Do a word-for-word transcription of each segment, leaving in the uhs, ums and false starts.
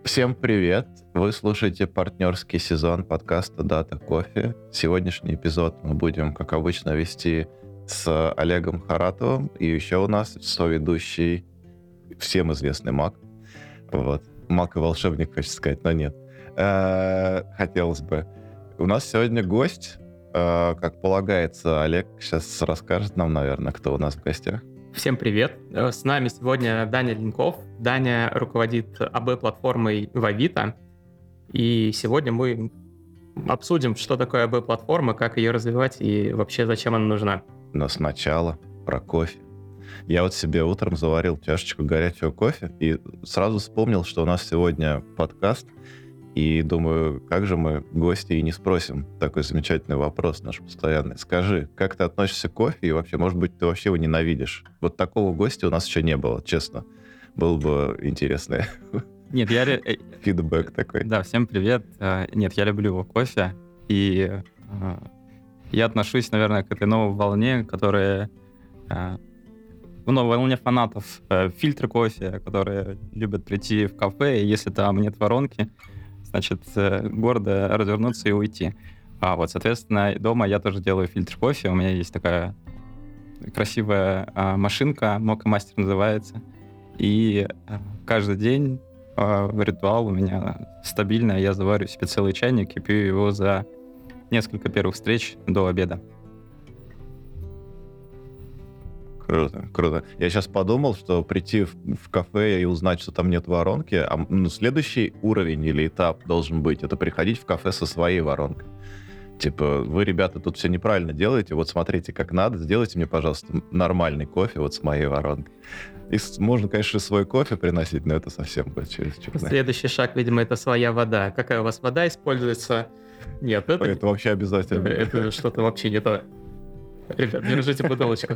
Всем привет! Вы слушаете партнерский сезон подкаста Data Coffee. Сегодняшний эпизод мы будем, как обычно, вести с Олегом Харатовым, и еще у нас соведущий, всем известный Мак. Вот. Мак и волшебник, хочу сказать, но нет. Э-э, хотелось бы. У нас сегодня гость, э-э, как полагается. Олег сейчас расскажет нам, наверное, кто у нас в гостях. Всем привет! С нами сегодня Даня Ленков. Даня руководит эй би-платформой в Авито. И сегодня мы обсудим, что такое эй би-платформа, как ее развивать и вообще зачем она нужна. Но сначала про кофе. Я вот себе утром заварил чашечку горячего кофе и сразу вспомнил, что у нас сегодня подкаст. И думаю, как же мы гости и не спросим такой замечательный вопрос наш постоянный. Скажи, как ты относишься к кофе и вообще, может быть, ты вообще его ненавидишь? Вот такого гостя у нас еще не было, честно. Было бы интересно. Нет, я... Фидбэк такой. Да, всем привет. Нет, я люблю его кофе. И я отношусь, наверное, к этой новой волне, которая... Ну, новой волне фанатов фильтр кофе, которые любят прийти в кафе, и если там нет воронки, значит, гордо развернуться и уйти. А вот, соответственно, дома я тоже делаю фильтр кофе. У меня есть такая красивая а, машинка, Moka Master называется. И а, каждый день а, ритуал у меня стабильно. Я заварю себе целый чайник и пью его за несколько первых встреч до обеда. Круто, круто. Я сейчас подумал, что прийти в, в кафе и узнать, что там нет воронки, а ну, следующий уровень или этап должен быть, это приходить в кафе со своей воронкой. Типа, вы, ребята, тут все неправильно делаете, вот смотрите, как надо, сделайте мне, пожалуйста, нормальный кофе вот с моей воронкой. И можно, конечно, свой кофе приносить, но это совсем будет через черное. Следующий шаг, видимо, это своя вода. Какая у вас вода используется? Нет, это... Это вообще обязательно. Это что-то вообще не то. Ребят, держите бутылочку.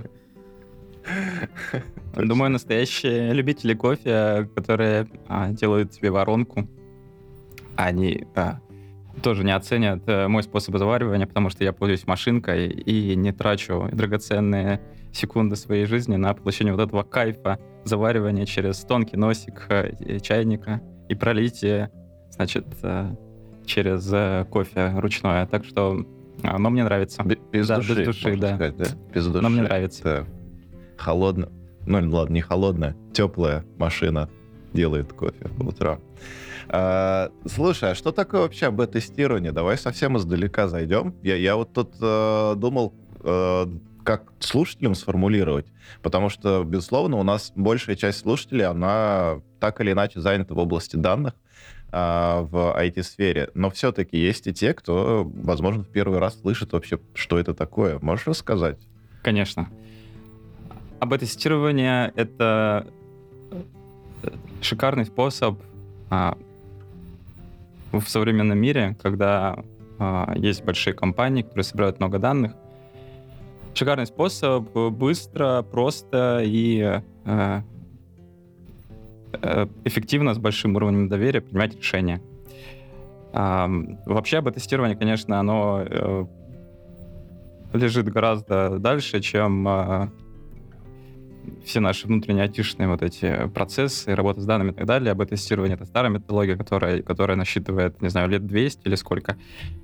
Думаю, настоящие любители кофе, которые а, делают себе воронку, они а, тоже не оценят а, мой способ заваривания, потому что я пользуюсь машинкой и не трачу драгоценные секунды своей жизни на получение вот этого кайфа заваривания через тонкий носик а, чайника и пролитие, значит, а, через а, кофе ручное. Так что, а, но мне нравится. Без да, души, без души, да. сказать, да? Без души. Но мне нравится. Да. Холодно. Ну, ладно, не холодная, теплая машина делает кофе по утрам. А, слушай, а что такое вообще бета-тестирование? Давай совсем издалека зайдем. Я, я вот тут э, думал, э, как слушателям сформулировать, потому что, безусловно, у нас большая часть слушателей, она так или иначе занята в области данных, э, в ай ти-сфере. Но все-таки есть и те, кто, возможно, в первый раз слышит вообще, что это такое. Можешь рассказать? Конечно. А бета-тестирование — это шикарный способ а, в современном мире, когда а, есть большие компании, которые собирают много данных. Шикарный способ быстро, просто и а, эффективно, с большим уровнем доверия принимать решения. А, вообще бета-тестирование, конечно, оно а, лежит гораздо дальше, чем... А, все наши внутренние айтишные вот эти процессы, работа с данными и так далее. Бета-тестирование — это старая методология, которая, которая насчитывает, не знаю, лет двести или сколько.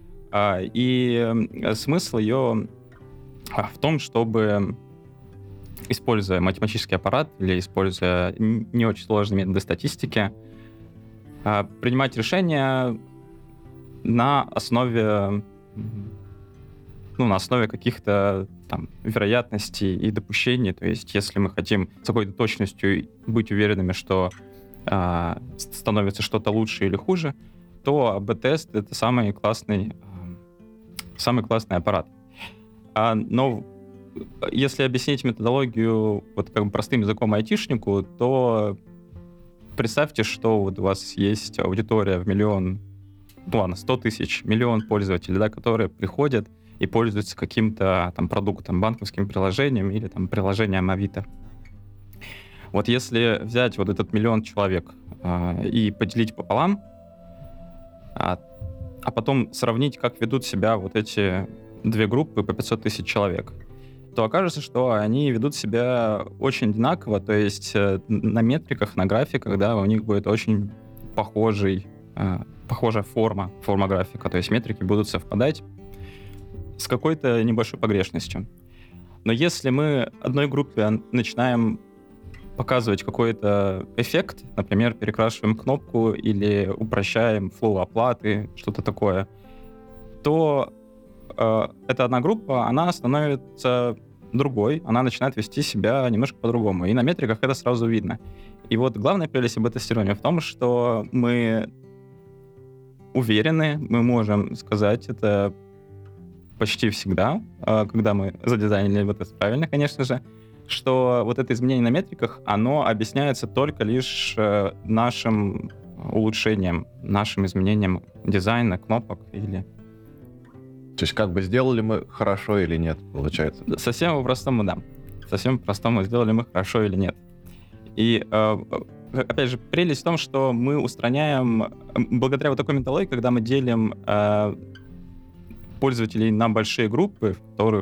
И смысл ее в том, чтобы, используя математический аппарат или используя не очень сложные методы статистики, принимать решения на основе, ну, на основе каких-то там вероятностей и допущений. То есть, если мы хотим с какой-то точностью быть уверенными, что э, становится что-то лучше или хуже, то эй би-тест — это самый классный, э, самый классный аппарат. А, но если объяснить методологию вот как бы простым языком айтишнику, то представьте, что вот у вас есть аудитория в миллион, ну ладно, сто тысяч, миллион пользователей, да, которые приходят и пользуются каким-то там продуктом, банковским приложением или там приложением Авито. Вот если взять вот этот миллион человек э, и поделить пополам, а, а потом сравнить, как ведут себя вот эти две группы по пятьсот тысяч человек, то окажется, что они ведут себя очень одинаково, то есть э, на метриках, на графиках, да, у них будет очень похожий, э, похожая форма, форма графика, то есть метрики будут совпадать с какой-то небольшой погрешностью. Но если мы одной группе начинаем показывать какой-то эффект, например, перекрашиваем кнопку или упрощаем флоу оплаты, что-то такое, то э, эта одна группа, она становится другой, она начинает вести себя немножко по-другому. И на метриках это сразу видно. И вот главная прелесть эй-би-тестирования в том, что мы уверены, мы можем сказать это почти всегда, когда мы задизайнили эй-би-тест правильно, конечно же, что вот это изменение на метриках, оно объясняется только лишь нашим улучшением, нашим изменением дизайна, кнопок или... То есть как бы сделали мы хорошо или нет, получается? Совсем по-простому, да. Совсем по-простому, сделали мы хорошо или нет. И, опять же, прелесть в том, что мы устраняем, благодаря вот такой методологии, когда мы делим пользователей на большие группы, в которых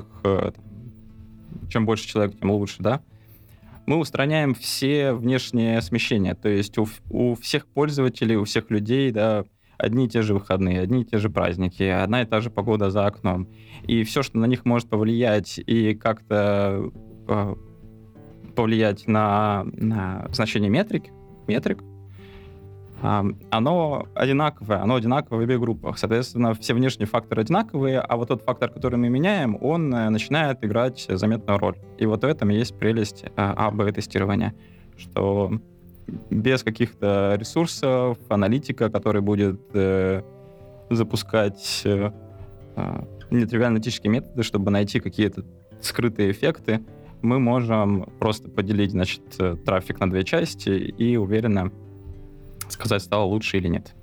чем больше человек, тем лучше, да, мы устраняем все внешние смещения. То есть у, у всех пользователей, у всех людей, да, одни и те же выходные, одни и те же праздники, одна и та же погода за окном. И все, что на них может повлиять и как-то э, повлиять на, на значение метрик, метрик, э, оно одинаковое, оно одинаковое в обеих группах. Соответственно, все внешние факторы одинаковые, а вот тот фактор, который мы меняем, он э, начинает играть заметную роль. И вот в этом и есть прелесть э, эй би-тестирования, что без каких-то ресурсов, аналитика, который будет э, запускать э, э, нетривиальные аналитические методы, чтобы найти какие-то скрытые эффекты, мы можем просто поделить, значит, трафик на две части и уверенно сказать, стало лучше или нет.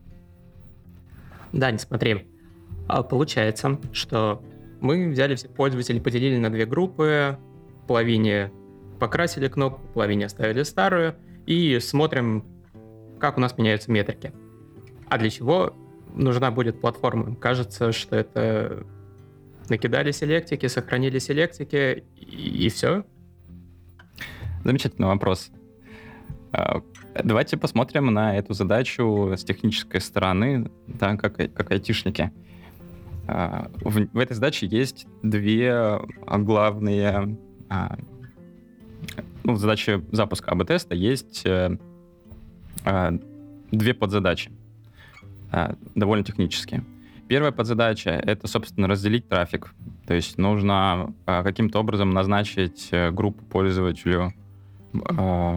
Да, не смотри. Получается, что мы взяли всех пользователей, поделили на две группы, половине покрасили кнопку, половине оставили старую, и смотрим, как у нас меняются метрики. А для чего нужна будет платформа? Кажется, что это накидали селектики, сохранили селектики, и, и все. Замечательный вопрос. Давайте посмотрим на эту задачу с технической стороны, да, как, как айтишники. В, в этой задаче есть две главные... Ну, в задаче запуска эй би-теста есть э, э, две подзадачи, э, довольно технические. Первая подзадача — это, собственно, разделить трафик. То есть нужно э, каким-то образом назначить э, группу пользователю э,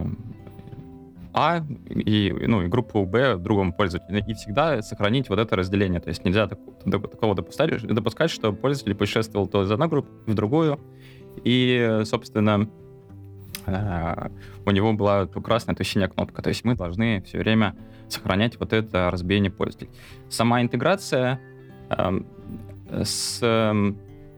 А и, ну, и группу Б другому пользователю. И всегда сохранить вот это разделение. То есть нельзя так, такого допускать, допускать, что пользователь путешествовал то из одной группы в другую. И, собственно, у него была то красная, то синяя кнопка. То есть мы должны все время сохранять вот это разбиение пользователей. Сама интеграция э, с э,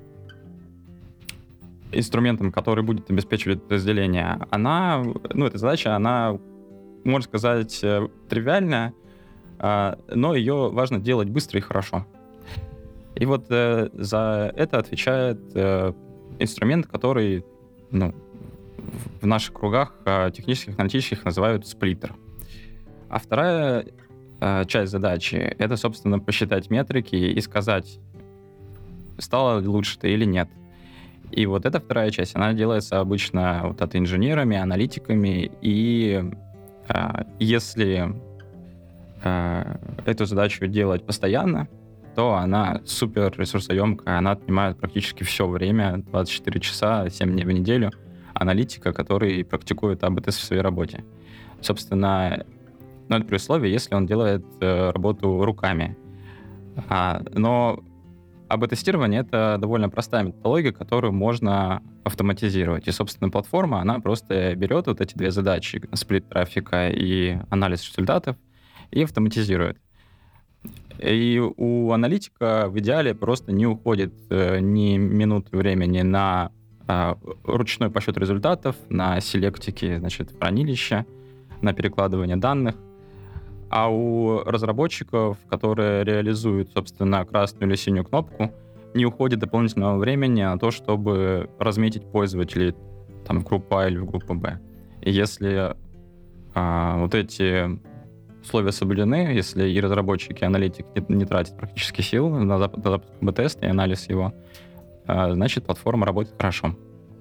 инструментом, который будет обеспечивать разделение, она, ну, эта задача, она, можно сказать, тривиальная, э, но ее важно делать быстро и хорошо. И вот э, за это отвечает э, инструмент, который, ну, в наших кругах технических, аналитических называют сплиттер. А вторая э, часть задачи — это, собственно, посчитать метрики и сказать, стало ли лучше-то или нет. И вот эта вторая часть, она делается обычно вот от инженерами, аналитиками, и э, если э, эту задачу делать постоянно, то она супер ресурсоемкая, она отнимает практически все время, двадцать четыре часа, семь дней в неделю, аналитика, который практикует эй би-тест в своей работе. Собственно, ну, это при условии, если он делает э, работу руками. А, но эй би-тестирование — это довольно простая методология, которую можно автоматизировать. И, собственно, платформа, она просто берет вот эти две задачи, сплит трафика и анализ результатов, и автоматизирует. И у аналитика в идеале просто не уходит э, ни минуты времени на ручной подсчет результатов, на селектики, значит, хранилища, на перекладывание данных. А у разработчиков, которые реализуют, собственно, красную или синюю кнопку, не уходит дополнительного времени на то, чтобы разметить пользователей там, в группу А или в группу Б. И если а, вот эти условия соблюдены, если и разработчик, и аналитик не, не тратят практически сил на запуск эй би-теста и анализ его, значит, платформа работает хорошо.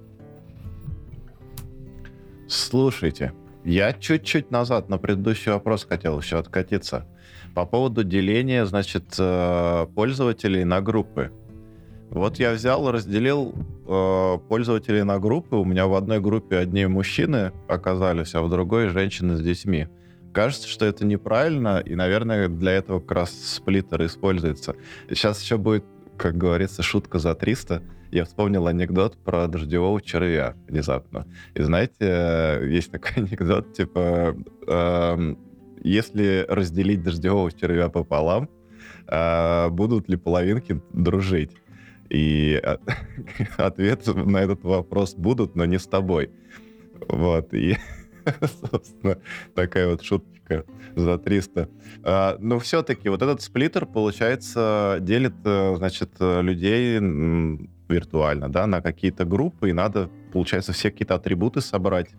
Слушайте, я чуть-чуть назад на предыдущий вопрос хотел еще откатиться. По поводу деления, значит, пользователей на группы. Вот я взял, разделил э, пользователей на группы. У меня в одной группе одни мужчины оказались, а в другой женщины с детьми. Кажется, что это неправильно, и, наверное, для этого как раз сплиттер используется. Сейчас еще будет, как говорится, шутка за триста. Я вспомнил анекдот про дождевого червя внезапно. И знаете, есть такой анекдот, типа, э, если разделить дождевого червя пополам, э, будут ли половинки дружить? И ответ на этот вопрос будут, но не с тобой. Вот, и, собственно, такая вот шуточка за триста. А, но все-таки вот этот сплиттер, получается, делит, значит, людей виртуально, да, на какие-то группы, и надо, получается, все какие-то атрибуты собрать,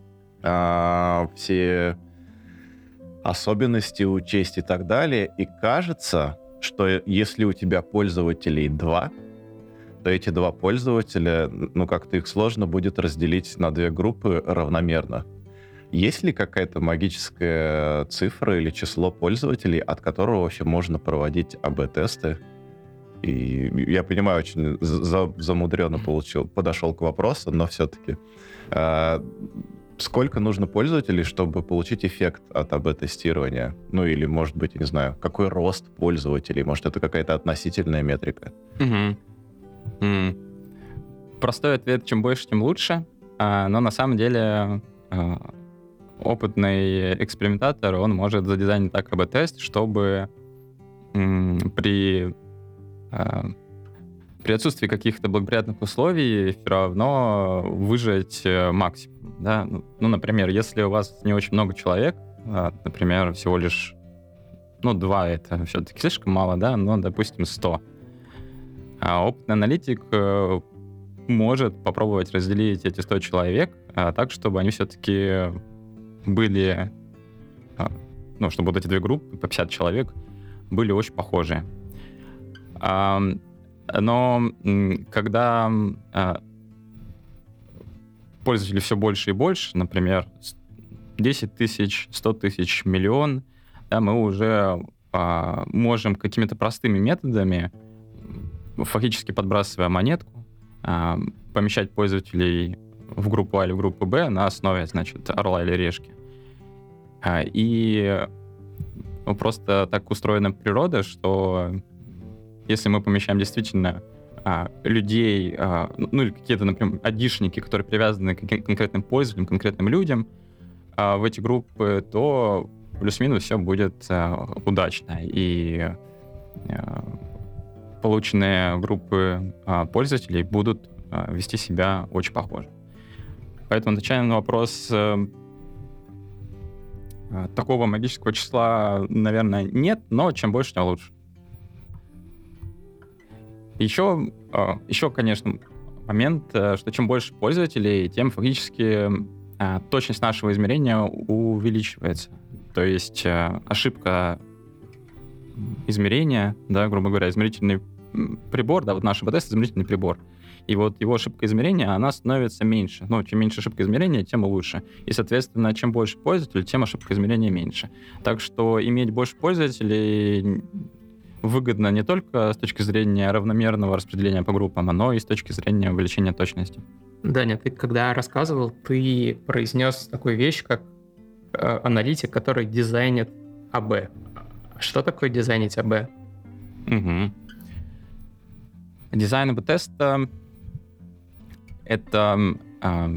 а, все особенности учесть и так далее. И кажется, что если у тебя пользователей два, то эти два пользователя, ну, как-то их сложно будет разделить на две группы равномерно. Есть ли какая-то магическая цифра или число пользователей, от которого вообще можно проводить эй би-тесты? И я понимаю, очень за- замудренно получил, подошел к вопросу, но все-таки э, сколько нужно пользователей, чтобы получить эффект от эй би-тестирования? Ну, или, может быть, я не знаю, какой рост пользователей? Может, это какая-то относительная метрика? Угу. М. Простой ответ: чем больше, тем лучше. А, но на самом деле а, опытный экспериментатор, он может задизайнить так эй би-тест, чтобы м, при, а, при отсутствии каких-то благоприятных условий все равно выжать э, максимум. Да? Ну, ну, например, если у вас не очень много человек, а, например, всего лишь ну, два, это все-таки слишком мало, да, но, допустим, сто. А опытный аналитик э, может попробовать разделить эти сто человек а, так, чтобы они все-таки были, а, ну, чтобы вот эти две группы по пятьдесят человек были очень похожие. А, но м, когда а, пользователей все больше и больше, например, десять тысяч, сто тысяч, миллион, да, мы уже а, можем какими-то простыми методами, фактически подбрасывая монетку, а, помещать пользователей в группу А или в группу Б на основе, значит, орла или решки. А, и ну, просто так устроена природа, что если мы помещаем действительно а, людей, а, ну или какие-то, например, айдишники, которые привязаны к конкретным пользователям, конкретным людям а, в эти группы, то плюс-минус все будет а, удачно. И а, полученные группы а, пользователей будут а, вести себя очень похоже. Поэтому, отвечая на вопрос, а, такого магического числа, наверное, нет, но чем больше, тем лучше. Еще, а, еще, конечно, момент, что чем больше пользователей, тем фактически а, точность нашего измерения увеличивается. То есть а, ошибка измерения, да, грубо говоря, измерительный прибор, да, вот наш эй би-тест — измерительный прибор. И вот его ошибка измерения, она становится меньше. Ну, чем меньше ошибка измерения, тем лучше. И, соответственно, чем больше пользователей, тем ошибка измерения меньше. Так что иметь больше пользователей выгодно не только с точки зрения равномерного распределения по группам, но и с точки зрения увеличения точности. Даня, ты когда рассказывал, ты произнес такую вещь, как э, аналитик, который дизайнит эй би. Что такое дизайнить эй би? Угу. Дизайн эй би-теста — это э,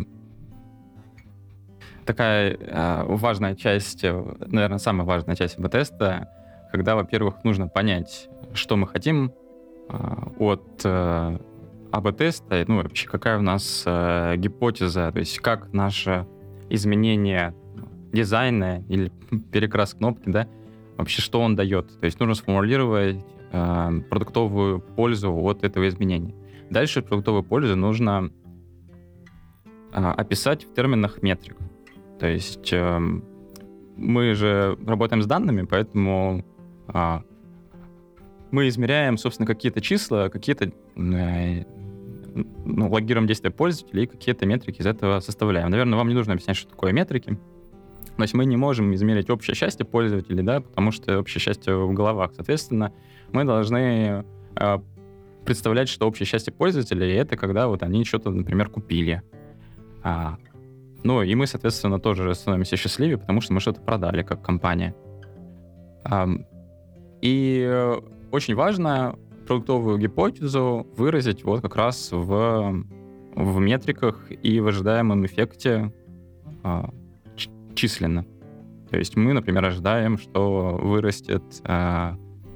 такая э, важная часть, наверное, самая важная часть эй би-теста, когда, во-первых, нужно понять, что мы хотим э, от э, эй би-теста, ну, вообще, какая у нас э, гипотеза, то есть как наше изменение дизайна или перекрас кнопки, да, вообще, что он дает. То есть нужно сформулировать э, продуктовую пользу от этого изменения. Дальше продуктовую пользу нужно э, описать в терминах метрик. То есть э, мы же работаем с данными, поэтому а, мы измеряем, собственно, какие-то числа, какие-то э, ну, логируем действия пользователей и какие-то метрики из этого составляем. Наверное, вам не нужно объяснять, что такое метрики. То есть мы не можем измерить общее счастье пользователей, да, потому что общее счастье в головах. Соответственно, мы должны э, представлять, что общее счастье пользователей — это когда вот они что-то, например, купили. А, ну, и мы, соответственно, тоже становимся счастливее, потому что мы что-то продали как компания. А, и э, очень важно продуктовую гипотезу выразить вот как раз в, в метриках и в ожидаемом эффекте а, ч- численно. То есть мы, например, ожидаем, что вырастет, а,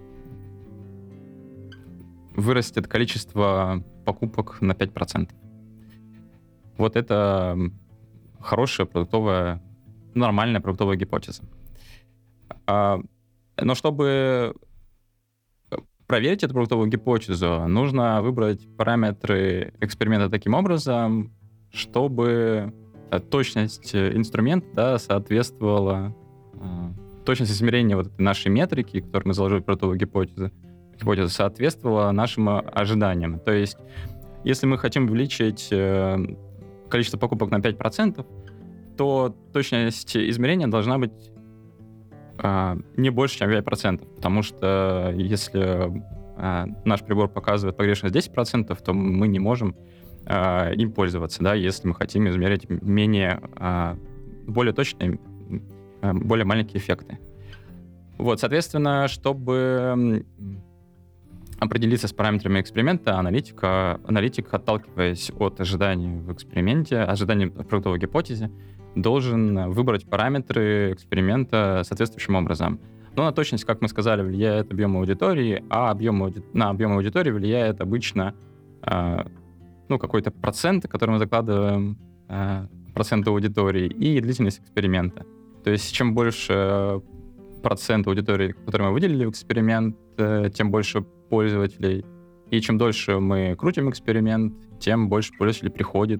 вырастет количество покупок на пять процентов. Вот это хорошая продуктовая, нормальная продуктовая гипотеза. А, но чтобы проверить эту продуктовую гипотезу, нужно выбрать параметры эксперимента таким образом, чтобы точность инструмента, да, соответствовала э, точность измерения вот этой нашей метрики, которую мы заложили в продуктовую гипотезу, гипотезу, соответствовала нашим ожиданиям. То есть, если мы хотим увеличить э, количество покупок на пять процентов, то точность измерения должна быть Uh, не больше, чем пять процентов, потому что если uh, наш прибор показывает погрешность десять процентов, то мы не можем uh, им пользоваться, да, если мы хотим измерить менее, uh, более точные, uh, более маленькие эффекты. Вот, соответственно, чтобы определиться с параметрами эксперимента, аналитика, аналитик, отталкиваясь от ожиданий в эксперименте, ожиданий в продуктовой гипотезе, должен выбрать параметры эксперимента соответствующим образом. Но на точность, как мы сказали, влияет объем аудитории, а объем ауди... на объем аудитории влияет обычно э, ну, какой-то процент, который мы закладываем, э, процент аудитории, и длительность эксперимента. То есть чем больше процент аудитории, который мы выделили в эксперимент, э, тем больше пользователей. И чем дольше мы крутим эксперимент, тем больше пользователей приходит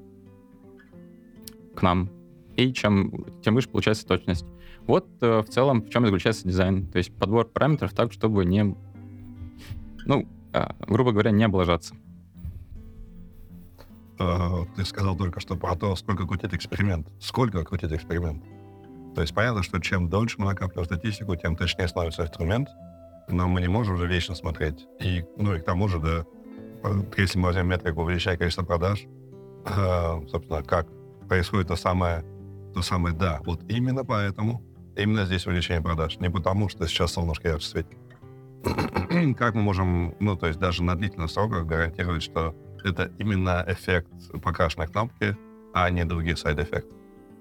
к нам. И чем, тем выше получается точность. Вот э, в целом в чем заключается дизайн. То есть подбор параметров так, чтобы не, ну, э, грубо говоря, не облажаться. Ты сказал только что про то, сколько крутить эксперимент. Сколько крутить эксперимент? То есть понятно, что чем дольше мы накапливаем статистику, тем точнее становится инструмент, но мы не можем уже вечно смотреть. И, ну, и к тому же, да, если мы возьмем метрику увеличения количества продаж, э, собственно, как происходит то самое, то самое «да». Вот именно поэтому, именно здесь увеличение продаж. Не потому, что сейчас солнышко ярче светит. Как мы можем, ну, то есть даже на длительных сроках гарантировать, что это именно эффект покрашенной кнопки, а не другие сайд-эффекты?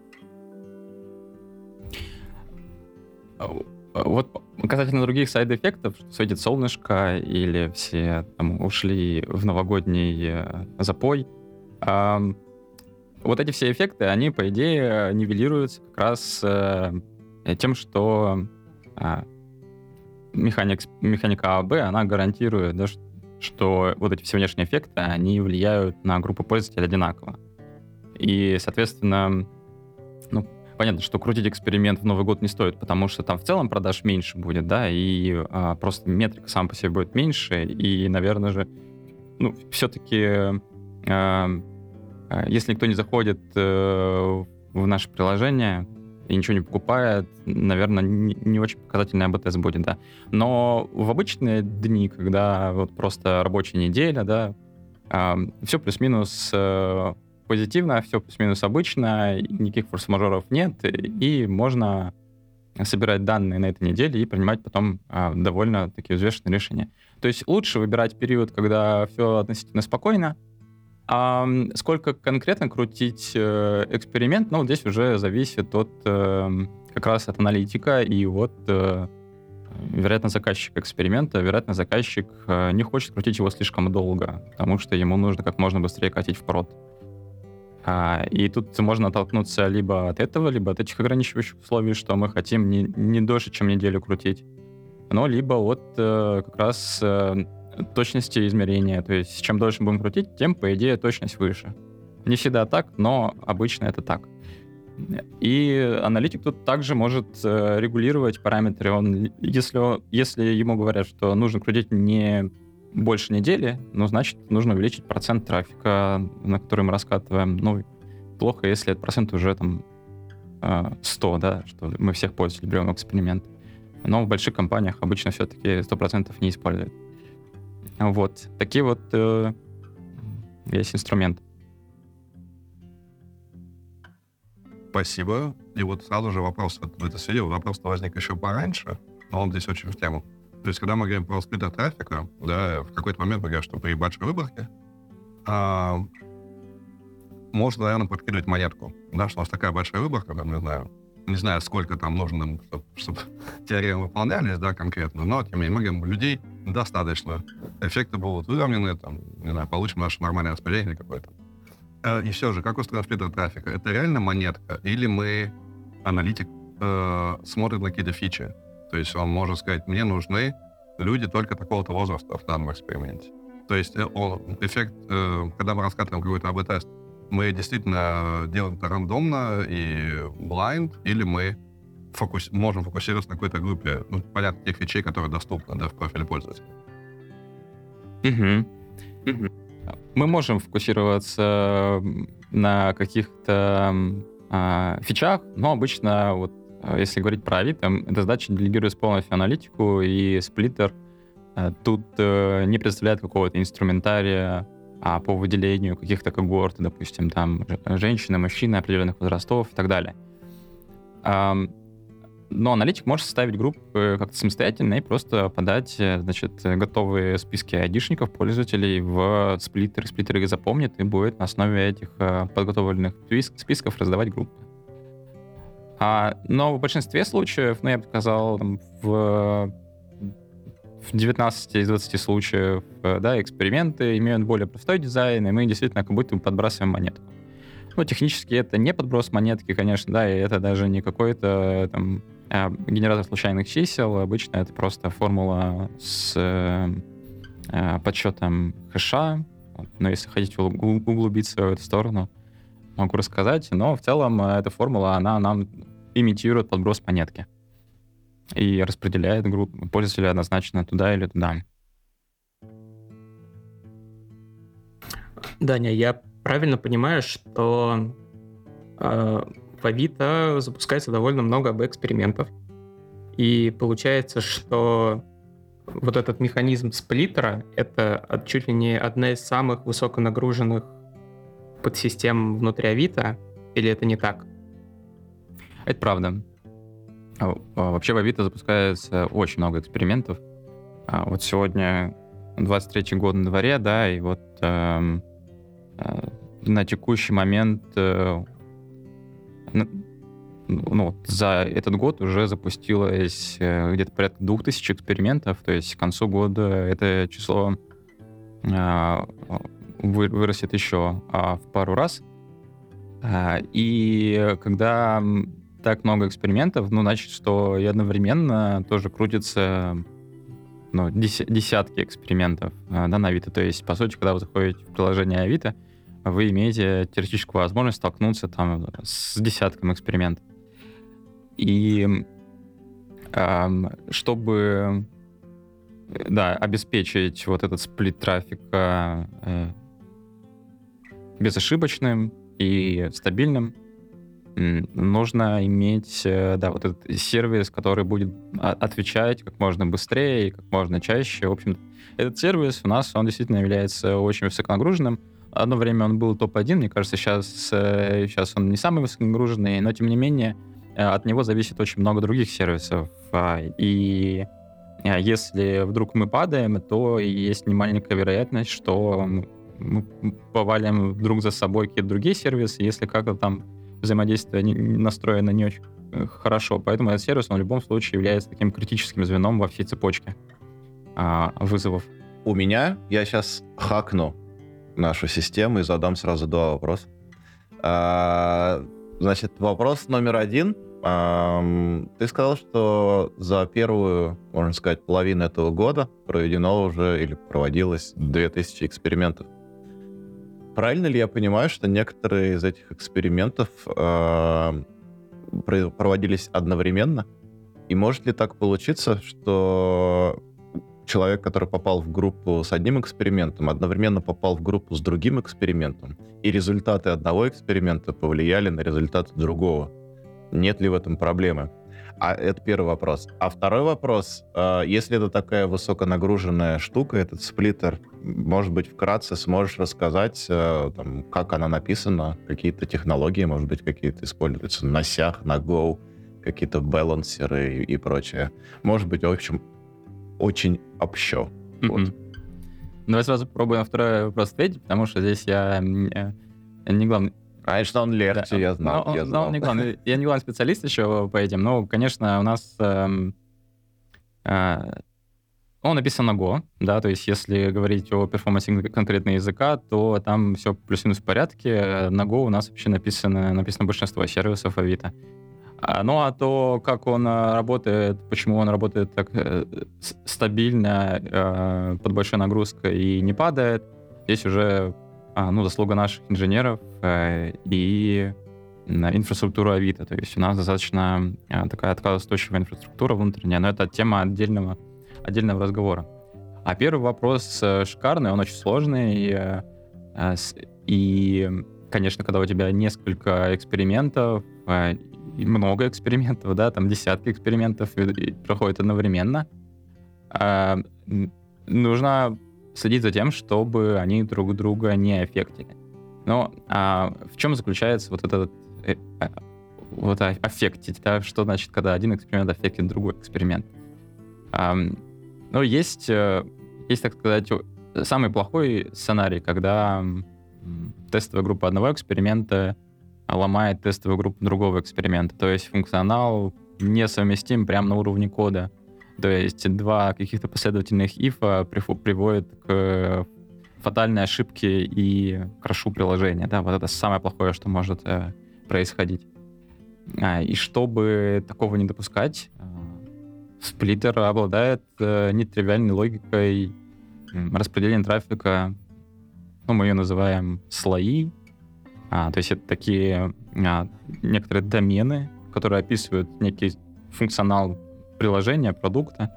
Вот касательно других сайд-эффектов, что светит солнышко или все там ушли в новогодний запой, эм, вот эти все эффекты, они, по идее, нивелируются как раз э, тем, что э, механик, механика АБ, она гарантирует, да, что, что вот эти все внешние эффекты, они влияют на группу пользователей одинаково. И, соответственно, ну, понятно, что крутить эксперимент в Новый год не стоит, потому что там в целом продаж меньше будет, да, и а, просто метрика сама по себе будет меньше, и, наверное же, ну, все-таки, а, если никто не заходит а, в наше приложение и ничего не покупает, наверное, не, не очень показательный эй би тест будет, да. Но в обычные дни, когда вот просто рабочая неделя, да, а, все плюс-минус а, позитивно, все плюс-минус обычно, никаких форс-мажоров нет, и можно собирать данные на этой неделе и принимать потом а, довольно такие взвешенные решения. То есть лучше выбирать период, когда все относительно спокойно. А сколько конкретно крутить э, эксперимент, ну, здесь уже зависит от э, как раз от аналитика и от, э, вероятно, заказчика эксперимента. Вероятно, заказчик э, не хочет крутить его слишком долго, потому что ему нужно как можно быстрее катить в прод. А, и тут можно оттолкнуться либо от этого, либо от этих ограничивающих условий, что мы хотим не, не дольше, чем неделю крутить, но либо от э, как раз э, точности измерения. То есть чем дольше будем крутить, тем, по идее, точность выше. Не всегда так, но обычно это так. И аналитик тут также может э, регулировать параметры. Он, если, он- если ему говорят, что нужно крутить не больше недели, ну, значит, нужно увеличить процент трафика, на который мы раскатываем. Ну, плохо, если этот процент уже там э, сто, да, что мы всех пользователей берем в эксперимент. Но в больших компаниях обычно все-таки сто процентов не используют. Вот. Такие вот э, есть инструменты. Спасибо. И вот сразу же вопрос, вот в этой среде вопрос возник еще пораньше, но он здесь очень в тему. То есть, когда мы говорим про сплиттер трафика, да, в какой-то момент мы говорим, что при большой выборке а, можно, наверное, подкидывать монетку, да, что у нас такая большая выборка, там, не знаю, не знаю, сколько там нужно, чтобы, чтобы теоремы выполнялись, да, конкретно, но, тем не менее, мы говорим, людей достаточно, эффекты будут выровнены, там, не знаю, получим наше нормальное распределение какое-то. Э, И все же, как устроен сплиттер трафика? Это реально монетка? Или мы, аналитик, э, смотрит на какие-то фичи? То есть он может сказать, мне нужны люди только такого-то возраста в данном эксперименте. То есть э, он, эффект, э, когда мы раскатываем какой-то эй би тест, мы действительно делаем это рандомно и blind, или мы фокус, можем фокусироваться на какой-то группе, ну, понятно, тех фичей, которые доступны, да, в профиле пользователя. Мгм. Мгм. Мы можем фокусироваться на каких-то а, фичах, но обычно, вот, а, если говорить про Авито, эта задача делегируется полностью аналитику, и сплиттер а, тут э, не представляет какого-то инструментария а, по выделению каких-то когорт, допустим, там ж- женщины, мужчины определенных возрастов и так далее. Ам, Но аналитик может составить группы как-то самостоятельно и просто подать, э, значит, э, готовые списки айдишников, пользователей в сплиттер. Сплиттер их запомнит и будет на основе этих э, подготовленных спис- списков раздавать группы. А, но в большинстве случаев, ну, я бы сказал, там, в, в девятнадцати из двадцати случаев, э, да, эксперименты имеют более простой дизайн, и мы действительно как будто бы подбрасываем монетку. Ну, технически это не подброс монетки, конечно, да, и это даже не какой-то там а, генератор случайных чисел. Обычно это просто формула с э, э, подсчетом хэша. Вот. Но если хотите уг- углубиться в эту сторону, могу рассказать. Но в целом э, эта формула, она нам имитирует подброс монетки и распределяет группу пользователя однозначно туда или туда. Даня, я правильно понимаю, что э, в Авито запускается довольно много эй би-экспериментов, и получается, что вот этот механизм сплиттера — это от- чуть ли не одна из самых высоконагруженных подсистем внутри Авито, или это не так? Это правда. А, а, Вообще в Авито запускается очень много экспериментов. А, Вот сегодня двадцать третий год на дворе, да, и вот эм, э, на текущий момент э, на- ну, вот за этот год уже запустилось э, где-то порядка двух тысяч экспериментов, то есть к концу года это число а, вы- вырастет еще а, в пару раз. А, И когда м, так много экспериментов, ну, значит, что и одновременно тоже крутится ну, дес- десятки экспериментов а, да, на Авито. То есть, по сути, когда вы заходите в приложение Авито, вы имеете теоретическую возможность столкнуться там с десятком экспериментов. И ам, чтобы э, да, обеспечить вот этот сплит трафика э, безошибочным и стабильным, м, нужно иметь э, да, вот этот сервис, который будет а- отвечать как можно быстрее и как можно чаще. В общем, этот сервис у нас, он действительно является очень высоконагруженным. Одно время он был топ один, мне кажется, сейчас, э, сейчас он не самый высоконагруженный, но тем не менее э, от него зависит очень много других сервисов. А, И а если вдруг мы падаем, то есть немаленькая вероятность, что мы повалим друг за собой какие-то другие сервисы, если как-то там взаимодействие не- не настроено не очень э, хорошо. Поэтому этот сервис, он в любом случае является таким критическим звеном во всей цепочке а, вызовов. У меня, я сейчас хакну нашу систему и задам сразу два вопроса. А, значит, вопрос номер один. Ам, ты сказал, что за первую, можно сказать, половину этого года проведено уже или проводилось две тысячи экспериментов. правильно ли я понимаю, что некоторые из этих экспериментов э, про- проводились одновременно? И может ли так получиться, что человек, который попал в группу с одним экспериментом, одновременно попал в группу с другим экспериментом, и результаты одного эксперимента повлияли на результаты другого? Нет ли в этом проблемы? А это первый вопрос. А второй вопрос, э, если это такая высоконагруженная штука, этот сплиттер, может быть, вкратце сможешь рассказать, э, там, как она написана, какие-то технологии, может быть, какие-то используются на сях, на Go, какие-то балансеры и, и прочее. Может быть, в общем, очень общо. Вот. Мгм. Давай сразу попробуем на второй вопрос ответить, потому что здесь я не, не главный. Конечно, он легче, Да, я знал, но- я но знал. он не главный. Я не главный специалист еще по этим, но, конечно, у нас эм, э, он написан на Go, да, то есть если говорить о перформансе конкретно языка, то там все плюс-минус в порядке. На Go у нас вообще написано, написано большинство сервисов Авито. А, Ну, а то, как он э, работает, почему он работает так э, с- стабильно, э, под большой нагрузкой и не падает, здесь уже а, ну, заслуга наших инженеров э, и м, инфраструктуры Авито. То есть у нас достаточно э, такая отказоустойчивая инфраструктура внутренняя, но это тема отдельного, отдельного разговора. А первый вопрос э, шикарный, он очень сложный. И, э, э, с- и, конечно, когда у тебя несколько экспериментов, э, и много экспериментов, да, там десятки экспериментов и- и проходят одновременно, а, м, нужно следить за тем, чтобы они друг друга не аффектили. Но а, в чем заключается вот этот э, а, вот а- аффектить, да? Что значит, когда один эксперимент аффектит другой эксперимент? Ам, ну, есть, э, есть, так сказать, о- самый плохой сценарий, когда м, тестовая группа одного эксперимента ломает тестовую группу другого эксперимента. То есть функционал несовместим прямо на уровне кода. То есть два каких-то последовательных ифа прифу- приводят к фатальной ошибке и крашу приложения. Да, вот это самое плохое, что может э, происходить. А, и чтобы такого не допускать, э, сплиттер обладает э, нетривиальной логикой м, распределения трафика. Ну, мы ее называем слои. А, то есть это такие а, некоторые домены, которые описывают некий функционал приложения, продукта,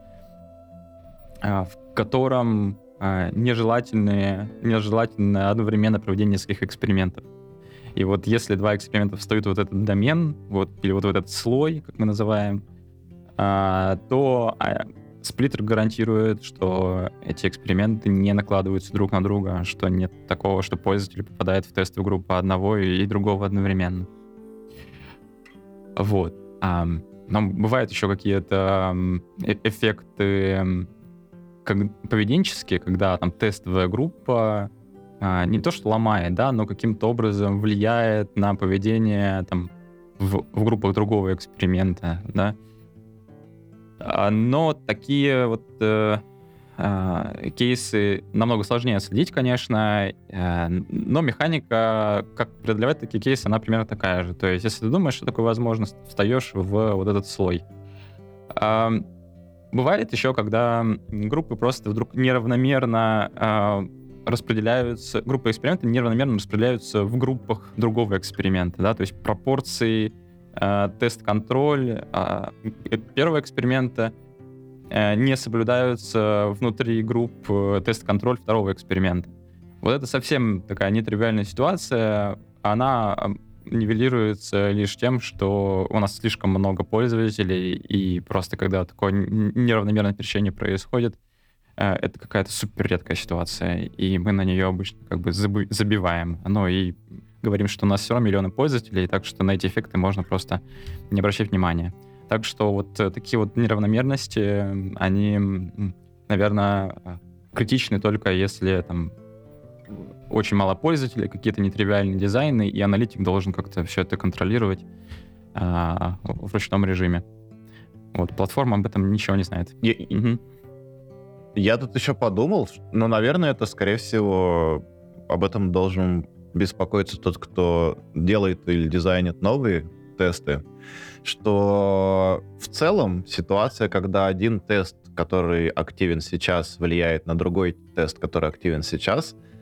а, в котором а, нежелательные, нежелательно одновременно проведение нескольких экспериментов. И вот если два эксперимента встают в вот этот домен, вот, или вот в этот слой, как мы называем, а, то а, сплиттер гарантирует, что эти эксперименты не накладываются друг на друга, что нет такого, что пользователь попадает в тестовую группу одного и другого одновременно. Вот. А, но бывают еще какие-то м, э- эффекты м, как поведенческие, когда там тестовая группа а, не то что ломает, да, но каким-то образом влияет на поведение там в, в группах другого эксперимента, да. А, Но такие вот э, а, кейсы намного сложнее следить, конечно, э, но механика, как преодолевать такие кейсы, она примерно такая же. То есть, если ты думаешь, что такое возможность, встаешь в вот этот слой. А, Бывает еще, когда группы просто вдруг неравномерно а, распределяются, группы эксперимента неравномерно распределяются в группах другого эксперимента, да, то есть пропорции э, тест-контроль э, первого эксперимента э, не соблюдаются внутри групп э, тест-контроль второго эксперимента. Вот это совсем такая нетривиальная ситуация. Она э, нивелируется лишь тем, что у нас слишком много пользователей, и просто когда такое н- неравномерное пересечение происходит, э, это какая-то супер редкая ситуация, и мы на нее обычно как бы забы- забиваем. Ну и говорим, что у нас все равно миллионы пользователей, так что на эти эффекты можно просто не обращать внимания. Так что вот э, такие вот неравномерности, э, они, м, наверное, э, критичны только если там очень мало пользователей, какие-то нетривиальные дизайны, и аналитик должен как-то все это контролировать а, в ручном режиме. Вот, платформа об этом ничего не знает. Я, Мгм. я тут еще подумал, но, наверное, это, скорее всего, об этом должен беспокоиться тот, кто делает или дизайнит новые тесты, что в целом ситуация, когда один тест, который активен сейчас, влияет на другой тест, который активен сейчас,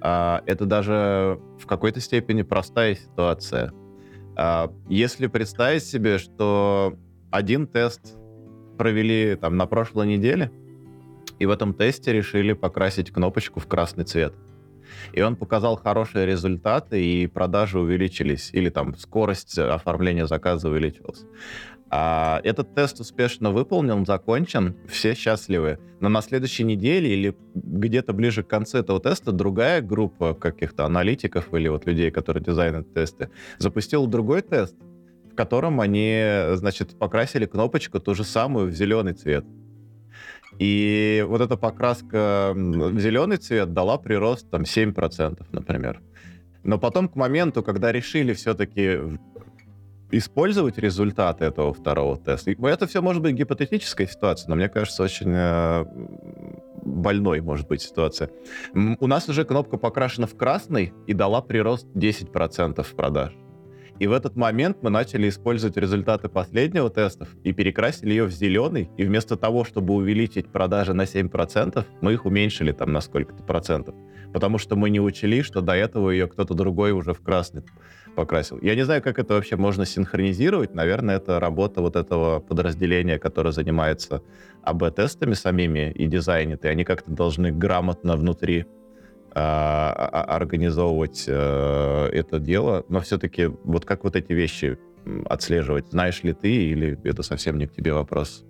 А, это даже в какой-то степени простая ситуация. А, если представить себе, что один тест провели там на прошлой неделе, и в этом тесте решили покрасить кнопочку в красный цвет. И он показал хорошие результаты, и продажи увеличились, или там скорость оформления заказа увеличилась. А этот тест успешно выполнен, закончен, все счастливы. Но на следующей неделе или где-то ближе к концу этого теста другая группа каких-то аналитиков или вот людей, которые дизайнят тесты, запустила другой тест, в котором они, значит, покрасили кнопочку ту же самую в зеленый цвет. И вот эта покраска в зеленый цвет дала прирост там семь процентов, например. Но потом к моменту, когда решили все-таки использовать результаты этого второго теста, и это все может быть гипотетическая ситуация, но мне кажется, очень э, больной может быть ситуация. М, У нас уже кнопка покрашена в красный и дала прирост десять процентов продаж. И в этот момент мы начали использовать результаты последнего теста и перекрасили ее в зеленый, и вместо того, чтобы увеличить продажи на семь процентов, мы их уменьшили там на сколько-то процентов, потому что мы не учли, что до этого ее кто-то другой уже в красный покрасил. Я не знаю, как это вообще можно синхронизировать. Наверное, это работа вот этого подразделения, которое занимается эй би-тестами самими и дизайнит, и они как-то должны грамотно внутри а, а, организовывать а, это дело. Но все-таки вот как вот эти вещи отслеживать? Знаешь ли ты, или это совсем не к тебе вопрос?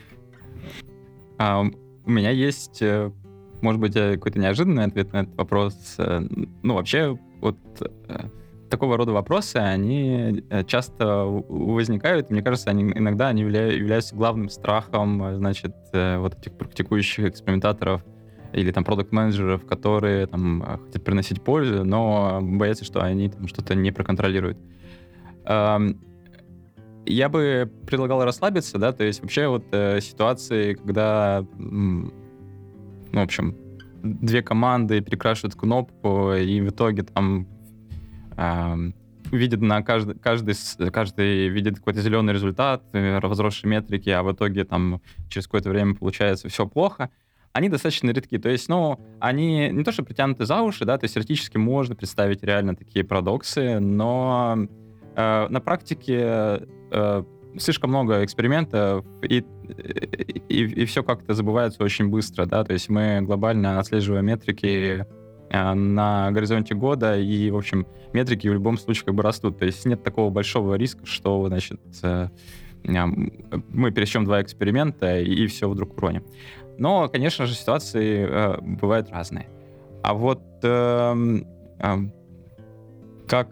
А, у меня есть, э, может быть, э, какой-то неожиданный ответ на этот вопрос. Э, Ну, вообще, вот э, такого рода вопросы, они э, часто у- возникают. Мне кажется, они иногда они явля- являются главным страхом, э, значит, э, вот этих практикующих экспериментаторов или там продакт-менеджеров, которые там э, хотят приносить пользу, но боятся, что они там что-то не проконтролируют. Ам, Я бы предлагал расслабиться, да, то есть вообще вот э, ситуации, когда, м, ну, в общем, две команды перекрашивают кнопку, и в итоге там ам, видят на каждый, каждый, с- каждый видит какой-то зеленый результат, э, возросшие метрики, а в итоге там через какое-то время получается все плохо, они достаточно редки. То есть, ну, они не то что притянуты за уши, да, то есть теоретически можно представить реально такие парадоксы, но э, на практике э, слишком много экспериментов, и, и, и все как-то забывается очень быстро, да, то есть мы глобально отслеживаем метрики э, на горизонте года, и, в общем, метрики в любом случае как бы растут, то есть нет такого большого риска, что, значит, э, э, мы пересечем два эксперимента, и, все вдруг уроним. Но, конечно же, ситуации э, бывают разные. А вот эм, эм, как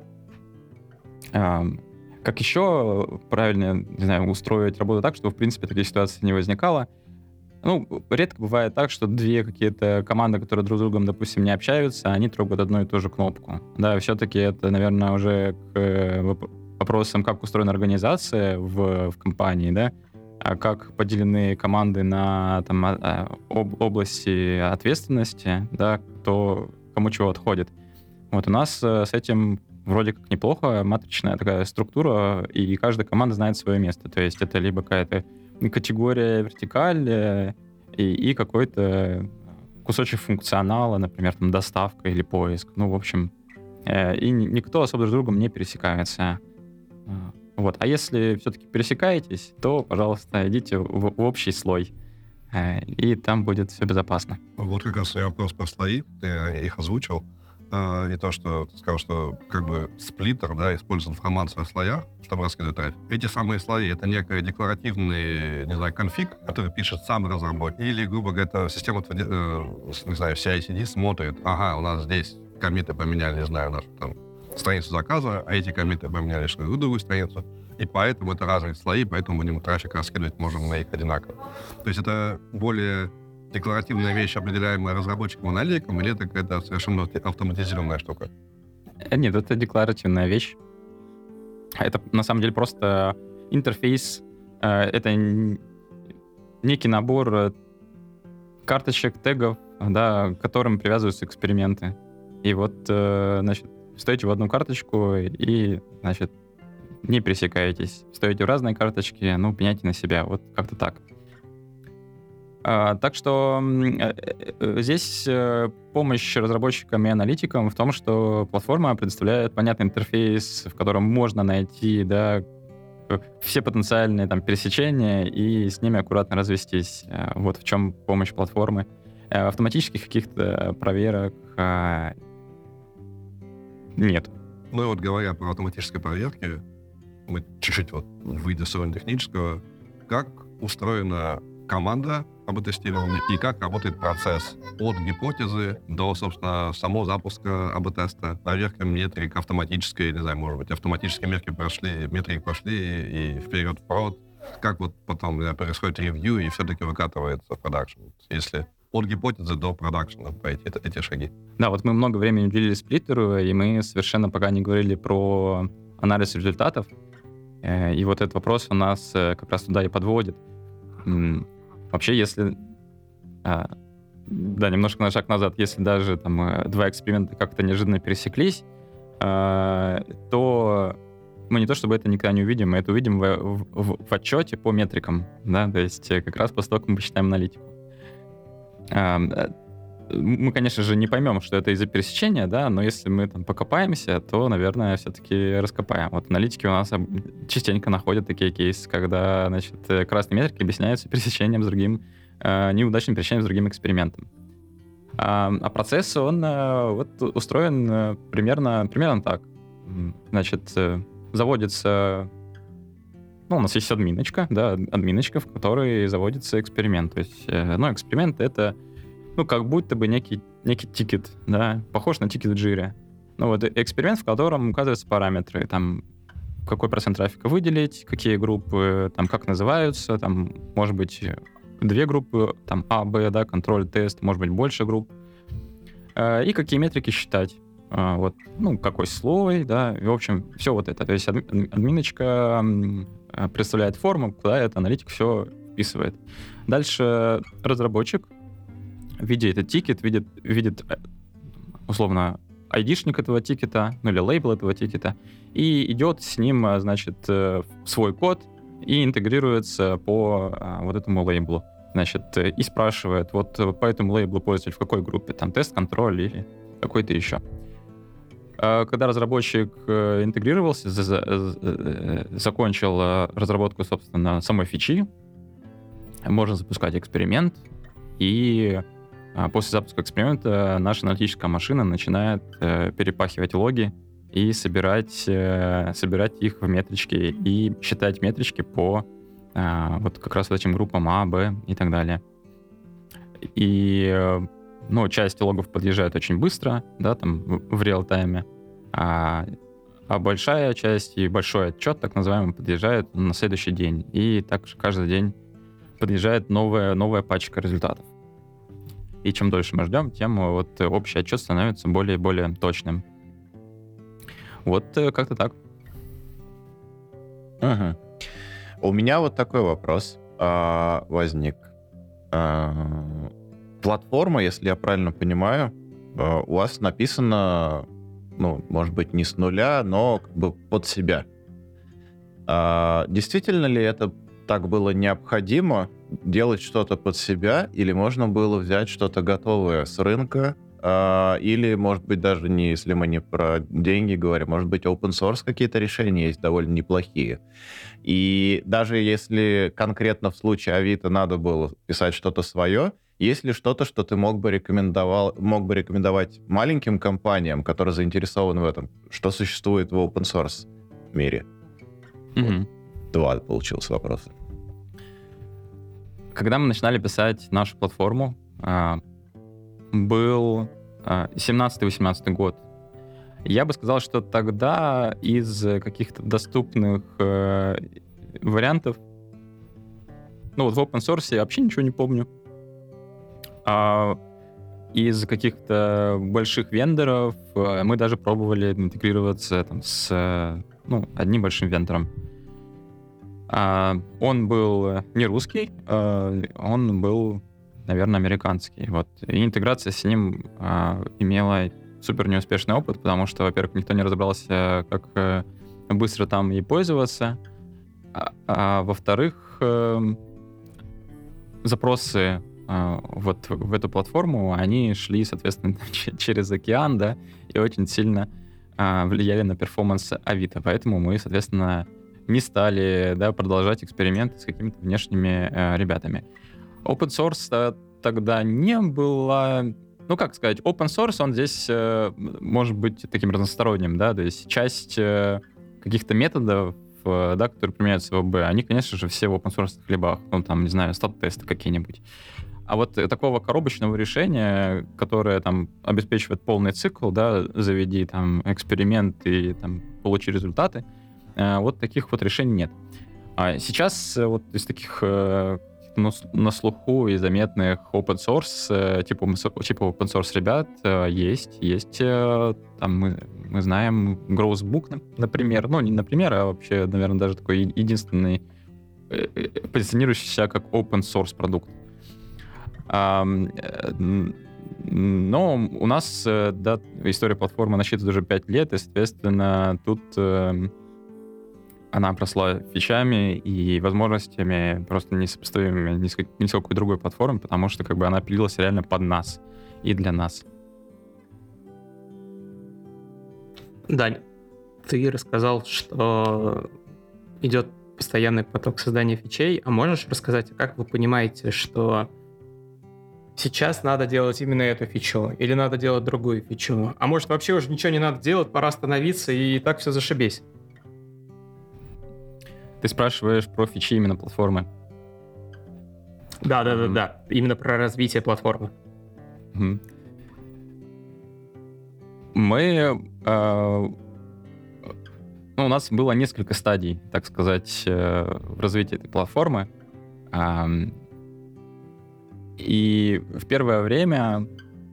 эм, как еще правильно, не знаю, устроить работу так, чтобы, в принципе, таких ситуаций не возникало? Ну, редко бывает так, что две какие-то команды, которые друг с другом, допустим, не общаются, они трогают одну и ту же кнопку. Да, все-таки это, наверное, уже к э, воп- вопросам, как устроена организация в, в компании, да, а как поделены команды на там, а- а, об- области ответственности, да, кто кому чего отходит. Вот у нас э, с этим вроде как неплохо, матричная такая структура, и каждая команда знает свое место. То есть это либо какая-то категория, вертикаль, э, и, и какой-то кусочек функционала, например, там доставка или поиск. Ну, в общем, э, и ни- никто особо друг с другом не пересекается. А, Вот. А если все-таки пересекаетесь, то, пожалуйста, идите в, в общий слой, э, и там будет все безопасно. Вот как раз я вопрос про слои, ты их озвучил. А, И то, что ты сказал, что как бы сплиттер, да, использует информацию о слоях, чтобы раскидывать трафик. Эти самые слои — это некий декларативный, не знаю, конфиг, который пишет сам разработчик. Или, грубо говоря, это система, э, не знаю, си ай си ди смотрит, ага, у нас здесь коммиты поменяли, не знаю, нашу там страницу заказа, а эти коммиты поменяли что-то другую страницу. И поэтому это разные слои, поэтому мы трафик раскидывать можем на их одинаково. То есть это более декларативная вещь, определяемая разработчиком, аналитиком, или это какая-то совершенно автоматизированная штука? Э, Нет, это декларативная вещь. Это на самом деле просто интерфейс. э, Это н- некий набор э, карточек, тегов, да, к которым привязываются эксперименты. И вот, э, значит, встаете в одну карточку и, значит, не пересекаетесь. Встаете в разные карточки, ну, пеняйте на себя. Вот как-то так. А, так что э, э, здесь э, помощь разработчикам и аналитикам в том, что платформа предоставляет понятный интерфейс, в котором можно найти, да, все потенциальные там пересечения и с ними аккуратно развестись. Э, Вот в чем помощь платформы. Э, Автоматических каких-то проверок э, нет. Ну и вот говоря про автоматические проверки, мы чуть-чуть вот выйдя с уровня технического, как устроена команда эй би-тестирования и как работает процесс от гипотезы до, собственно, самого запуска эй би-теста, проверка метрик автоматической, не знаю, может быть, автоматические метрики прошли, метрики пошли и вперед в прод. Как вот потом да, происходит ревью и все-таки выкатывается в продакшн, если от гипотезы до продакшена пройти это, эти шаги. Да, вот мы много времени уделили сплиттеру, и мы совершенно пока не говорили про анализ результатов. Э, И вот этот вопрос у нас э, как раз туда и подводит. М, Вообще, если... а, Да, немножко на шаг назад, если даже там э, два эксперимента как-то неожиданно пересеклись, а, то мы не то чтобы это никогда не увидим, мы это увидим в, в- в отчете по метрикам, да, то есть э, как раз после того, как мы посчитаем аналитику. А, э, Мы, конечно же, не поймем, что это из-за пересечения, да, но если мы там покопаемся, то, наверное, все-таки раскопаем. Вот аналитики у нас об- частенько находят такие кейсы, когда, значит, э, красные метрики объясняются пересечением с другим, э, неудачным пересечением с другим экспериментом. А, а процесс, он э, вот устроен э, примерно, примерно так. М, Значит, э, заводится... Ну, у нас есть админочка, да, админочка, в которой заводится эксперимент. То есть, э, ну, эксперимент — это ну, как будто бы некий, некий тикет, да, похож на тикет в джире. Ну, вот эксперимент, в котором указываются параметры, там, какой процент трафика выделить, какие группы, там, как называются, там, может быть, две группы, там, А, Б, да, контроль, тест, может быть, больше групп, э, и какие метрики считать. А, вот, ну, какой слой, да, и, в общем, все вот это. То есть адми- админочка м, э, представляет форму, куда этот аналитик все вписывает. Дальше разработчик видя этот тикет, видит, видит э, условно айдишник этого тикета, ну или лейбл этого тикета, и идет с ним, э, значит, э, в свой код и интегрируется по э, вот этому лейблу. Значит, э, и спрашивает, вот э, по этому лейблу пользователь в какой группе, там тест-контроль или какой-то еще. Э, Когда разработчик э, интегрировался, за- за- э, закончил э, разработку, собственно, самой фичи, можно запускать эксперимент, и а после запуска эксперимента наша аналитическая машина начинает э, перепахивать логи и собирать, э, собирать их в метрички и считать метрички по э, вот как раз вот этим группам А, Б и так далее. И э, ну, часть логов подъезжает очень быстро, да, там в, в реал-тайме, а, а большая часть и большой отчет, так называемый, подъезжает на следующий день. И также каждый день подъезжает новая, новая пачка результатов. И чем дольше мы ждем, тем вот общий отчет становится более и более точным. Вот э, как-то так. Мгм. У меня вот такой вопрос а, возник. А, платформа, если я правильно понимаю, а, у вас написана, ну, может быть, не с нуля, но как бы под себя. А, действительно ли это так было необходимо делать что-то под себя, или можно было взять что-то готовое с рынка, а, или, может быть, даже не, если мы не про деньги говорим, может быть, open source какие-то решения есть довольно неплохие. И даже если конкретно в случае Авито надо было писать что-то свое, есть ли что-то, что ты мог бы, рекомендовал, мог бы рекомендовать маленьким компаниям, которые заинтересованы в этом, что существует в open source мире? Мгм. Два получился вопрос. Когда мы начинали писать нашу платформу, а, был а, семнадцатый-восемнадцатый год. Я бы сказал, что тогда из каких-то доступных э, вариантов, ну вот в open source я вообще ничего не помню. А из каких-то больших вендоров э, мы даже пробовали интегрироваться там, с э, ну, одним большим вендором. А, он был не русский, а, он был, наверное, американский. Вот. И интеграция с ним а, имела супер неуспешный опыт, потому что, во-первых, никто не разобрался, как э, быстро там ей пользоваться. А, а во-вторых, э, запросы а, вот в эту платформу, они шли, соответственно, через океан, да, и очень сильно а, влияли на перформанс Авито. Поэтому мы, соответственно, не стали, да, продолжать эксперименты с какими-то внешними а, ребятами. Open source а, тогда не было... Ну, как сказать, open source, он здесь э, может быть таким разносторонним, да, то есть часть э, каких-то методов, э, да, которые применяются в ВБ, они, конечно же, все в open source хлебах, ну, там, не знаю, стат-тесты какие-нибудь. А вот такого коробочного решения, которое там обеспечивает полный цикл, да, заведи там эксперимент и там получи результаты, э, вот таких вот решений нет. А сейчас э, вот из таких... Э, на слуху и заметных open source, типа, типа open source ребят есть. Есть, там мы, мы знаем Growthbook, например. Ну, не например, а вообще, наверное, даже такой единственный, позиционирующийся как open source продукт. Но у нас, да, история платформы насчитывает уже пять лет, и, соответственно, тут... она обросла фичами и возможностями просто несопоставимыми ни с, ни с какой другой платформой, потому что как бы она пилилась реально под нас и для нас. Дань, ты рассказал, что идет постоянный поток создания фичей, а можешь рассказать, как вы понимаете, что сейчас надо делать именно эту фичу, или надо делать другую фичу? А может, вообще уже ничего не надо делать, пора остановиться, и так все зашибись? Ты спрашиваешь про фичи именно платформы? Да, да, да, да. Именно про развитие платформы. Mm-hmm. Мы... Э, ну, у нас было несколько стадий, так сказать, э, в развитии этой платформы. Э, и в первое время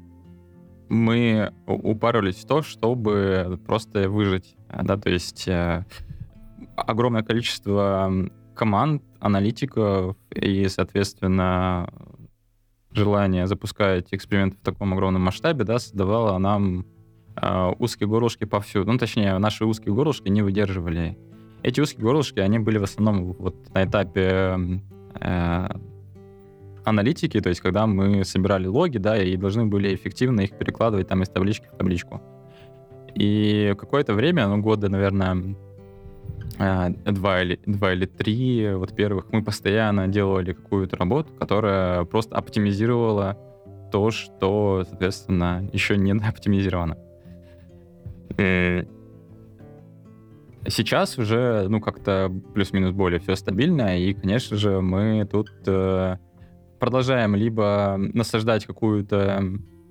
мы упарывались в то, чтобы просто выжить. Да, то есть... Э, огромное количество команд, аналитиков и, соответственно, желание запускать эксперименты в таком огромном масштабе, да, создавало нам э, узкие горлышки повсюду. Ну, точнее, наши узкие горлышки не выдерживали. Эти узкие горлышки, они были в основном вот на этапе э, аналитики, то есть когда мы собирали логи, да, и должны были эффективно их перекладывать там из таблички в табличку. И какое-то время, ну, года, наверное, Два или, два или три, вот первых, мы постоянно делали какую-то работу, которая просто оптимизировала то, что, соответственно, еще не оптимизировано. Сейчас уже, ну, как-то плюс-минус более все стабильно, и, конечно же, мы тут э, продолжаем либо насаждать какую-то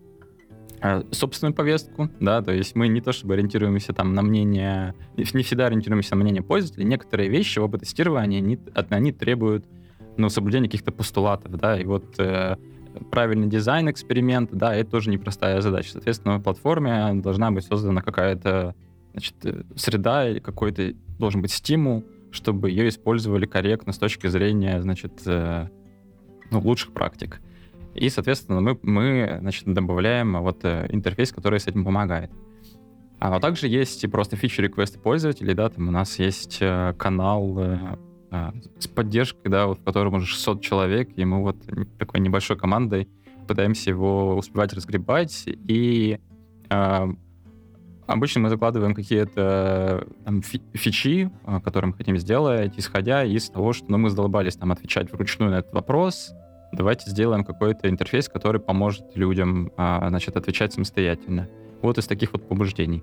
собственную повестку, да, то есть мы не то чтобы ориентируемся там на мнение, не всегда ориентируемся на мнение пользователей, некоторые вещи в об-тестировании, они, они требуют, ну, соблюдения каких-то постулатов, да, и вот э, правильный дизайн эксперимента, да, это тоже непростая задача. Соответственно, на платформе должна быть создана какая-то, значит, среда или какой-то должен быть стимул, чтобы ее использовали корректно с точки зрения, значит, э, ну, лучших практик. И, соответственно, мы, мы значит, добавляем вот интерфейс, который с этим помогает. А, но также есть и просто фичи-реквесты пользователей, да, там у нас есть э, канал э, э, с поддержкой, да, вот, в котором уже шестьсот человек, и мы вот такой небольшой командой пытаемся его успевать разгребать, и э, обычно мы закладываем какие-то там, фи- фичи, которые мы хотим сделать, исходя из того, что ну, мы задолбались там отвечать вручную на этот вопрос. Давайте сделаем какой-то интерфейс, который поможет людям, а, значит, отвечать самостоятельно. Вот из таких вот побуждений.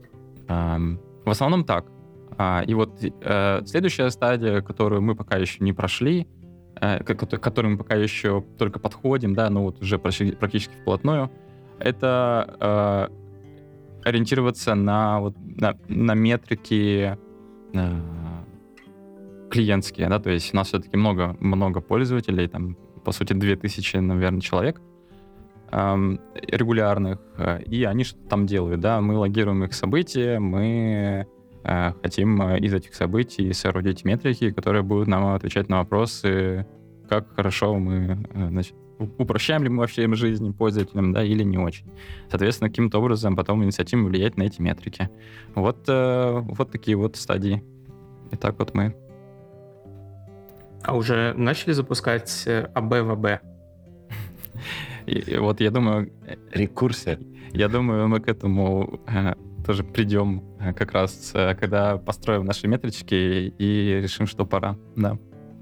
А, в основном так. А, и вот а, следующая стадия, которую мы пока еще не прошли, а, к которой мы пока еще только подходим, да, ну вот уже практически вплотную, это а, ориентироваться на, вот, на, на метрики а, клиентские, да, то есть у нас все-таки много, много пользователей, там, по сути, две тысячи, наверное, человек эм, регулярных, и они что-то там делают, да, мы логируем их события, мы э, хотим из этих событий соорудить метрики, которые будут нам отвечать на вопросы, как хорошо мы, значит, упрощаем ли мы вообще им жизнь пользователям, да, или не очень. Соответственно, каким-то образом потом мы хотим влиять на эти метрики. Вот, э, вот такие вот стадии. И так вот мы. А уже начали запускать эй би в эй би? И, и вот я думаю... Рекурсия. Я думаю, мы к этому э, тоже придем э, как раз, э, когда построим наши метрички и решим, что пора. Да.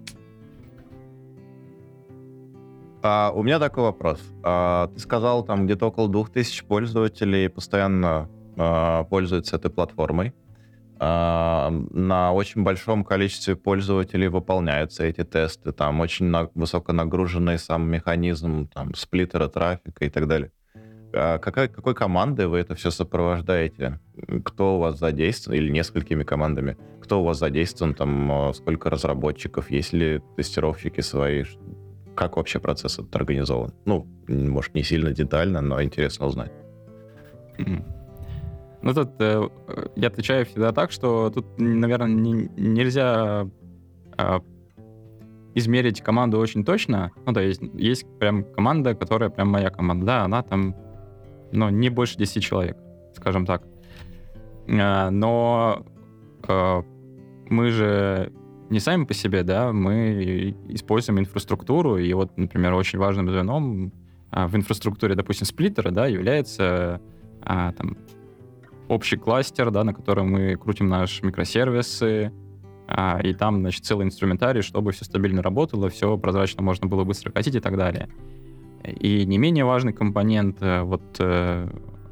А, у меня такой вопрос. А, ты сказал, там где-то около двух тысяч пользователей постоянно а, пользуются этой платформой. А, на очень большом количестве пользователей выполняются эти тесты. Там очень на, высоко нагруженный сам механизм там, сплиттера трафика и так далее. А какой, какой командой вы это все сопровождаете? Кто у вас задействован? Или несколькими командами? Кто у вас задействован? Там, сколько разработчиков? Есть ли тестировщики свои? Как вообще процесс этот организован? Ну, может, не сильно детально, но интересно узнать. Mm-hmm. Ну, тут э, я отвечаю всегда так, что тут, наверное, не, нельзя э, измерить команду очень точно. Ну, да, есть, есть прям команда, которая прям моя команда. Да, она там, ну, не больше десяти человек, скажем так. Э, но э, мы же не сами по себе, да, мы используем инфраструктуру, и вот, например, очень важным звеном э, в инфраструктуре, допустим, сплиттера, да, является э, там, общий кластер, да, на котором мы крутим наши микросервисы, а, и там, значит, целый инструментарий, чтобы все стабильно работало, все прозрачно можно было быстро катить и так далее. И не менее важный компонент, вот э,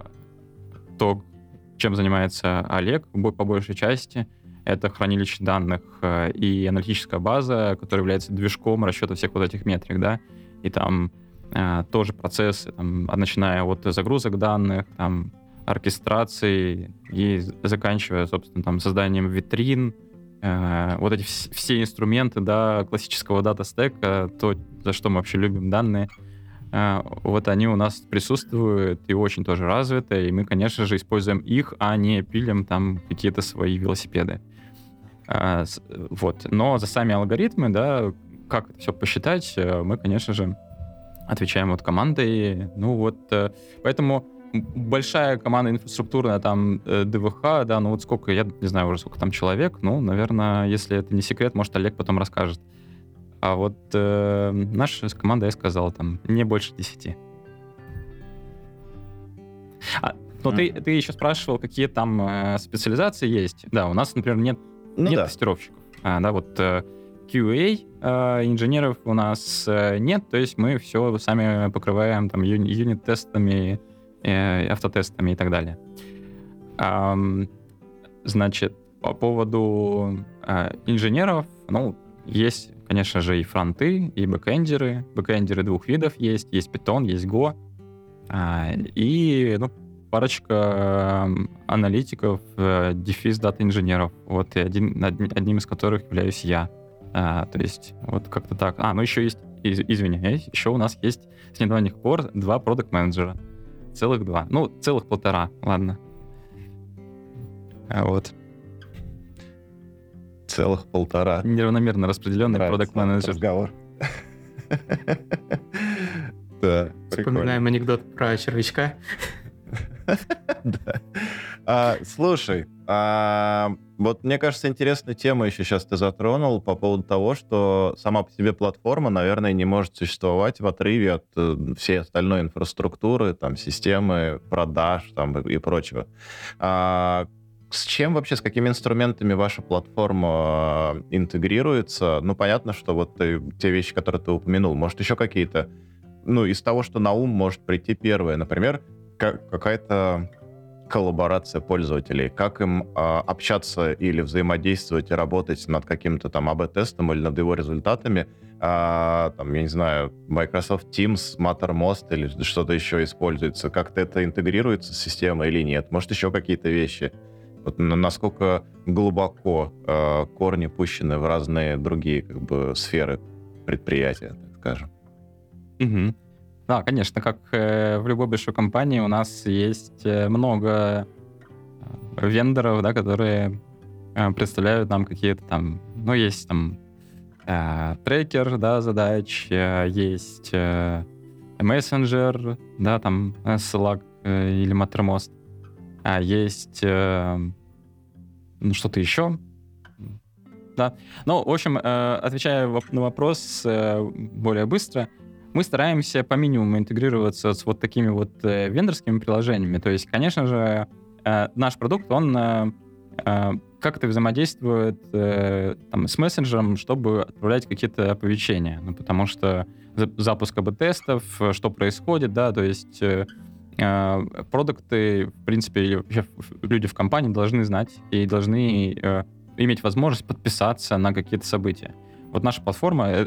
то, чем занимается Олег по большей части, это хранилище данных и аналитическая база, которая является движком расчета всех вот этих метрик, да, и там э, тоже процессы, там, начиная от загрузок данных, там, оркестрацией и заканчивая, собственно, там, созданием витрин, э, вот эти вс- все инструменты, да, классического дата-стека, то, за что мы вообще любим данные, э, вот они у нас присутствуют и очень тоже развиты, и мы, конечно же, используем их, а не пилим там какие-то свои велосипеды. Э, с, вот. Но за сами алгоритмы, да, как это все посчитать, мы, конечно же, отвечаем вот командой. Ну вот, э, поэтому большая команда инфраструктурная, там, ди ви эйч, да, ну вот сколько, я не знаю уже, сколько там человек, ну, наверное, если это не секрет, может, Олег потом расскажет. А вот э, наша команда, я сказал, там, не больше десяти. А, но mm-hmm. ты, ты еще спрашивал, какие там э, специализации есть. Да, у нас, например, нет, ну, нет да. тестировщиков. А, да, вот э, кью эй э, инженеров у нас э, нет, то есть мы все сами покрываем там ю- юнит-тестами, автотестами и так далее. Значит, по поводу инженеров, ну, есть, конечно же, и фронты, и бэкэндеры. Бэкэндеры двух видов есть. Есть Python, есть Go. И, ну, парочка аналитиков, дефис дата-инженеров. Вот и один, одним из которых являюсь я. То есть, вот как-то так. А, ну еще есть, извиняюсь, еще у нас есть с недавних пор два продакт-менеджера. Целых два. Ну, целых полтора, ладно. А вот. Целых полтора. Неравномерно распределенный продакт-менеджер. Разговор. Да, вспоминаем анекдот про червячка. Да. Слушай, вот мне кажется, интересная тема еще сейчас ты затронул по поводу того, что сама по себе платформа, наверное, не может существовать в отрыве от всей остальной инфраструктуры, там, системы, продаж там, и прочего. А с чем вообще, с какими инструментами ваша платформа интегрируется? Ну, понятно, что вот ты, те вещи, которые ты упомянул, может, еще какие-то, ну, из того, что на ум может прийти первое, например, как, какая-то коллаборация пользователей, как им а, общаться или взаимодействовать и работать над каким-то там эй би-тестом или над его результатами, а, там, я не знаю, Microsoft Teams, Mattermost или что-то еще используется, как-то это интегрируется с системой или нет, может, еще какие-то вещи. Вот насколько глубоко э, корни пущены в разные другие как бы сферы предприятия, так скажем. Угу. Да, конечно, как э, в любой большой компании у нас есть э, много вендоров, да, которые э, представляют нам какие-то там, ну, есть там э, трекер, да, задач, э, есть э, мессенджер, да, там Slack э, или Mattermost, а есть э, ну, что-то еще. Да. Ну, в общем, э, отвечая на вопрос э, более быстро, мы стараемся по минимуму интегрироваться с вот такими вот э, вендорскими приложениями. То есть, конечно же, э, наш продукт, он э, э, как-то взаимодействует э, там, с мессенджером, чтобы отправлять какие-то оповещения. Ну, потому что за- запуск эй би-тестов, э, что происходит, да, то есть э, э, продукты, в принципе, или вообще люди в компании должны знать и должны э, иметь возможность подписаться на какие-то события. Вот наша платформа э,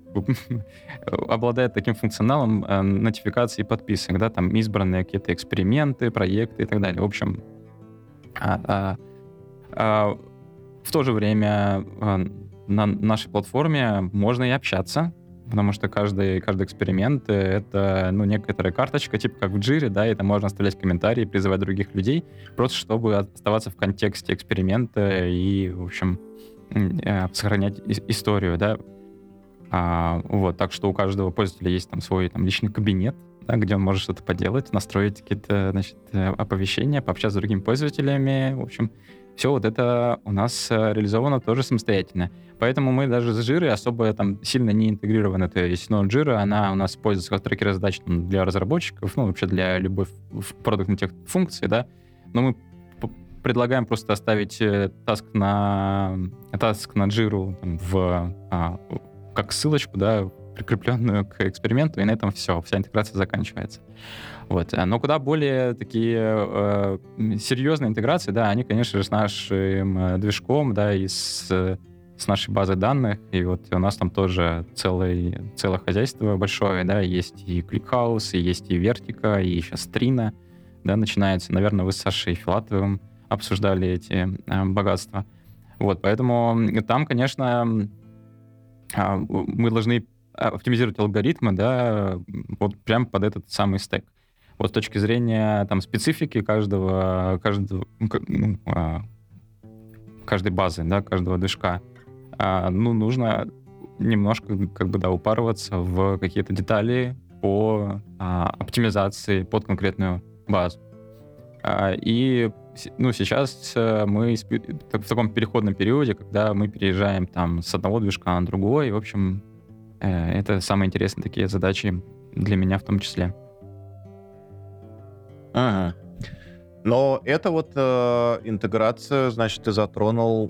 обладает таким функционалом э, нотификации и подписок, да, там избранные какие-то эксперименты, проекты и так далее. В общем, а, а, а, в то же время а, на нашей платформе можно и общаться, потому что каждый, каждый эксперимент — это, ну, некоторая карточка, типа как в Jira, да, и там можно оставлять комментарии, призывать других людей, просто чтобы оставаться в контексте эксперимента и, в общем, э, сохранять и- историю, да. А, вот, так что у каждого пользователя есть там свой там, личный кабинет, да, где он может что-то поделать, настроить какие-то, значит, э, оповещения, пообщаться с другими пользователями. В общем, все вот это у нас э, реализовано тоже самостоятельно. Поэтому мы даже с Jira особо там сильно не интегрированы. То есть, ну, Jira, она у нас используется как трекер задач там, для разработчиков, ну, вообще для любой ф- продуктной тех функции, да. Но мы п- предлагаем просто оставить э, таск на, таск на Jira там, в, а, как ссылочку, да, прикрепленную к эксперименту, и на этом все, вся интеграция заканчивается. Вот. Но куда более такие э, серьезные интеграции, да, они, конечно же, с нашим э, движком, да, и с, с нашей базой данных, и вот у нас там тоже целый, целое хозяйство большое, да, есть и ClickHouse, и есть и Vertica, и сейчас Trina, да, начинается. Наверное, вы с Сашей Филатовым обсуждали эти э, богатства. Вот, поэтому там, конечно, э, мы должны оптимизировать алгоритмы, да, вот прям под этот самый стек. Вот с точки зрения там специфики каждого, каждого ну, каждой базы, да, каждого движка, ну, нужно немножко как бы, да, упарываться в какие-то детали по оптимизации под конкретную базу. И, ну, сейчас мы в таком переходном периоде, когда мы переезжаем там с одного движка на другой, и, в общем, это самые интересные такие задачи для меня в том числе. Ага. Но это вот э, интеграция, значит, ты затронул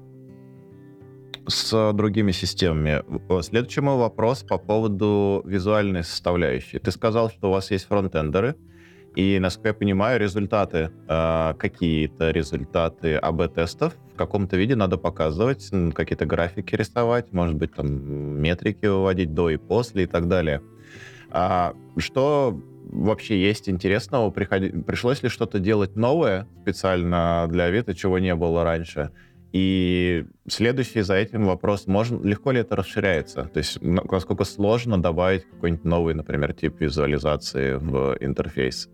с другими системами. Следующий мой вопрос по поводу визуальной составляющей. Ты сказал, что у вас есть фронтендеры, и, насколько я понимаю, результаты, э, какие-то результаты эй би-тестов в каком-то виде надо показывать, какие-то графики рисовать, может быть, там метрики выводить до и после и так далее. А что вообще есть интересного? Приходи... Пришлось ли что-то делать новое специально для Авито, чего не было раньше? И следующий за этим вопрос, можно, легко ли это расширяется? То есть насколько сложно добавить какой-нибудь новый, например, тип визуализации в интерфейс?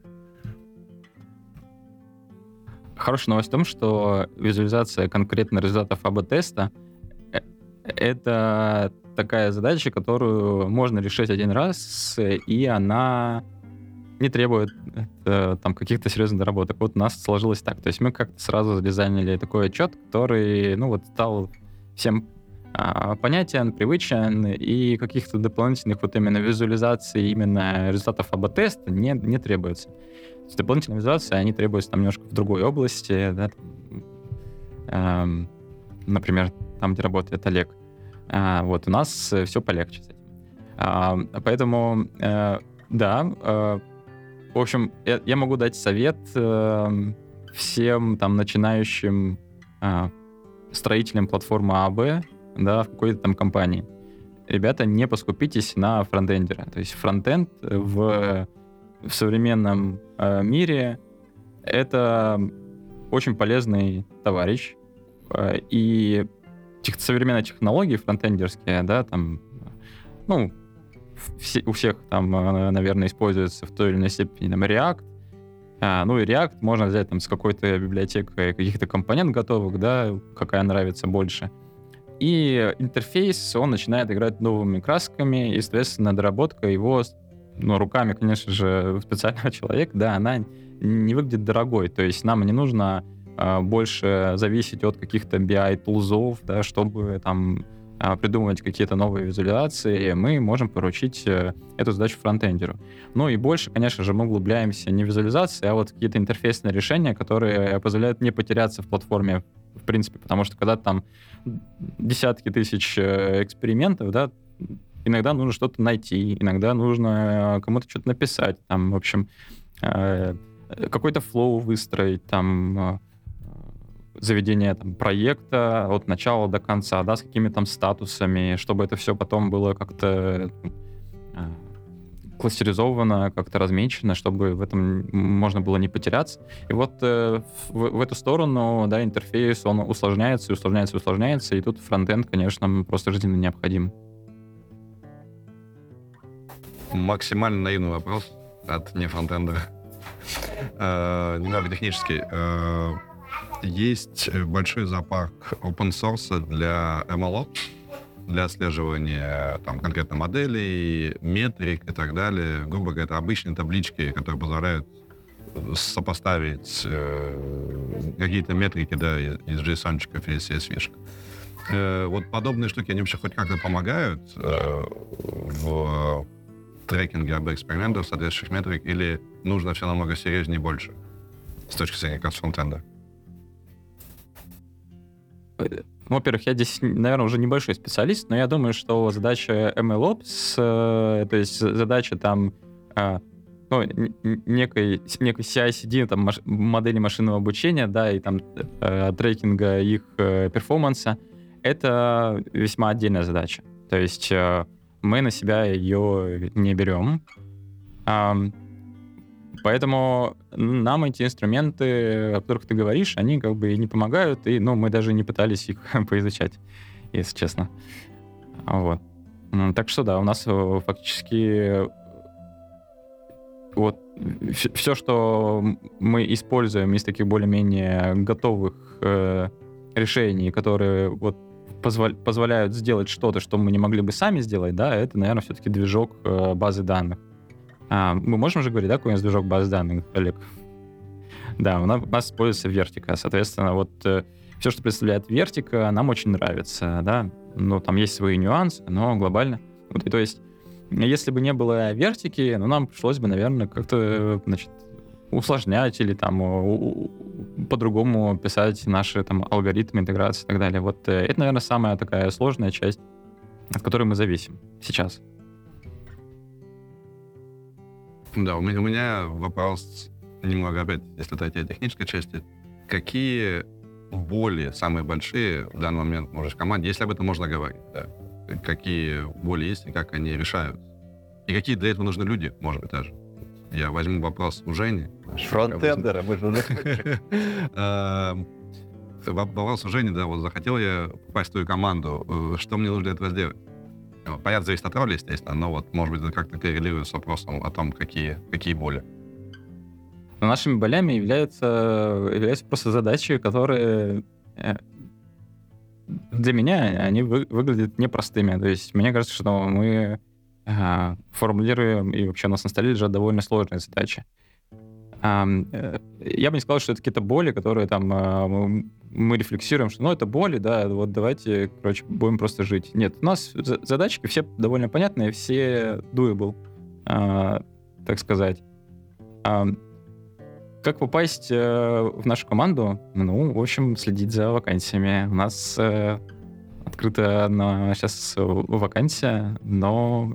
Хорошая новость в том, что визуализация конкретно результатов эй би-теста — это такая задача, которую можно решить один раз, и она не требует э, там каких-то серьезных доработок. Вот у нас сложилось так. То есть мы как-то сразу задизайнили такой отчет, который, ну вот, стал всем а, понятен, привычен, и каких-то дополнительных вот именно визуализаций именно результатов эй би-теста не, не требуется. То есть дополнительные визуализации, они требуются там немножко в другой области, да, там, эм, например, там, где работает Олег. А, вот у нас все полегче с этим. А, поэтому, э, да, э, в общем, я, я могу дать совет э, всем там начинающим э, строителям платформы эй би, да, в какой-то там компании. Ребята, не поскупитесь на фронтендера. То есть фронтенд в, в современном э, мире — это очень полезный товарищ. Э, и тех, современные технологии фронтендерские, да, там, ну, все, у всех там, наверное, используется в той или иной степени там, React. А, ну и React можно взять там с какой-то библиотекой каких-то компонент готовых, да, какая нравится больше. И интерфейс, он начинает играть новыми красками, и, соответственно, доработка его, ну, руками, конечно же, специального человека, да, она не выглядит дорогой. То есть нам не нужно а, больше зависеть от каких-то би ай-тулзов, да, чтобы там а, придумывать какие-то новые визуализации, мы можем поручить э, эту задачу фронтендеру. Ну и больше, конечно же, мы углубляемся не в визуализации, а вот какие-то интерфейсные решения, которые позволяют не потеряться в платформе, в принципе, потому что когда там десятки тысяч э, экспериментов, да, иногда нужно что-то найти, иногда нужно кому-то что-то написать, там, в общем, э, какой-то флоу выстроить, там, э, заведение там, проекта от начала до конца, да, с какими-то там статусами, чтобы это все потом было как-то э, кластеризовано, как-то размечено, чтобы в этом можно было не потеряться. И вот э, в, в эту сторону, да, интерфейс, он усложняется, и усложняется, и усложняется, и тут фронтенд, конечно, просто жизненно необходим. Максимально наивный вопрос от нефронтендера. Э, Немного технический. Э, Есть большой зоопарк open source для эм эл ops, для отслеживания там, конкретно моделей, метрик и так далее. Грубо говоря, это обычные таблички, которые позволяют сопоставить э, какие-то метрики, да, из JSON-чиков или си эс ви-шек. Э, вот подобные штуки, они вообще хоть как-то помогают э, в трекинге эй би экспериментов, соответствующих метрик, или нужно все намного серьезнее и больше с точки зрения как раз фронтенда? Ну, во-первых, я здесь, наверное, уже небольшой специалист, но я думаю, что задача эм эл ops, э, то есть задача там э, ну, некой, некой си ай си ди, там, маш, модели машинного обучения, да, и там э, трекинга их э, перформанса, это весьма отдельная задача. То есть э, мы на себя ее не берем. Э, Поэтому нам эти инструменты, о которых ты говоришь, они как бы и не помогают, и, ну, мы даже не пытались их поизучать, если честно. Вот. Так что да, у нас фактически вот все, что мы используем из таких более-менее готовых э, решений, которые вот позволя- позволяют сделать что-то, что мы не могли бы сами сделать, да, это, наверное, все-таки движок э, базы данных. А, мы можем же говорить, да, какой у нас движок базы данных, Олег? Да, у нас, у нас используется Vertica. Соответственно, вот э, все, что представляет Vertica, нам очень нравится, да. Ну, там есть свои нюансы, но глобально. Вот, и то есть, если бы не было Vertica, ну, нам пришлось бы, наверное, как-то, значит, усложнять или там у, у, по-другому писать наши там алгоритмы интеграции и так далее. Вот э, это, наверное, самая такая сложная часть, от которой мы зависим сейчас. Да, у меня, у меня вопрос немного опять, если отойти от технической части. Какие боли самые большие в данный момент можешь в команде, если об этом можно говорить, да? Какие боли есть и как они решаются? И какие для этого нужны люди, может быть, даже? Я возьму вопрос у Жени. Фронтендера, мы же... Вопрос у Жени, да, вот захотел я попасть в твою команду, что мне нужно для этого сделать? Понятно, зависит от роли, естественно, но вот, может быть, это как-то коррелирует с вопросом о том, какие, какие боли. Но нашими болями являются, являются просто задачи, которые для меня они вы, выглядят непростыми. То есть мне кажется, что мы э, формулируем, и вообще у нас на столе лежат довольно сложные задачи. Э, э, я бы не сказал, что это какие-то боли, которые там э, мы рефлексируем, что ну это боли, да, вот давайте, короче, будем просто жить. Нет, у нас задачки все довольно понятные, все doable, э, так сказать. Э, как попасть э, в нашу команду? Ну, в общем, следить за вакансиями. У нас э, открыта на сейчас вакансия, но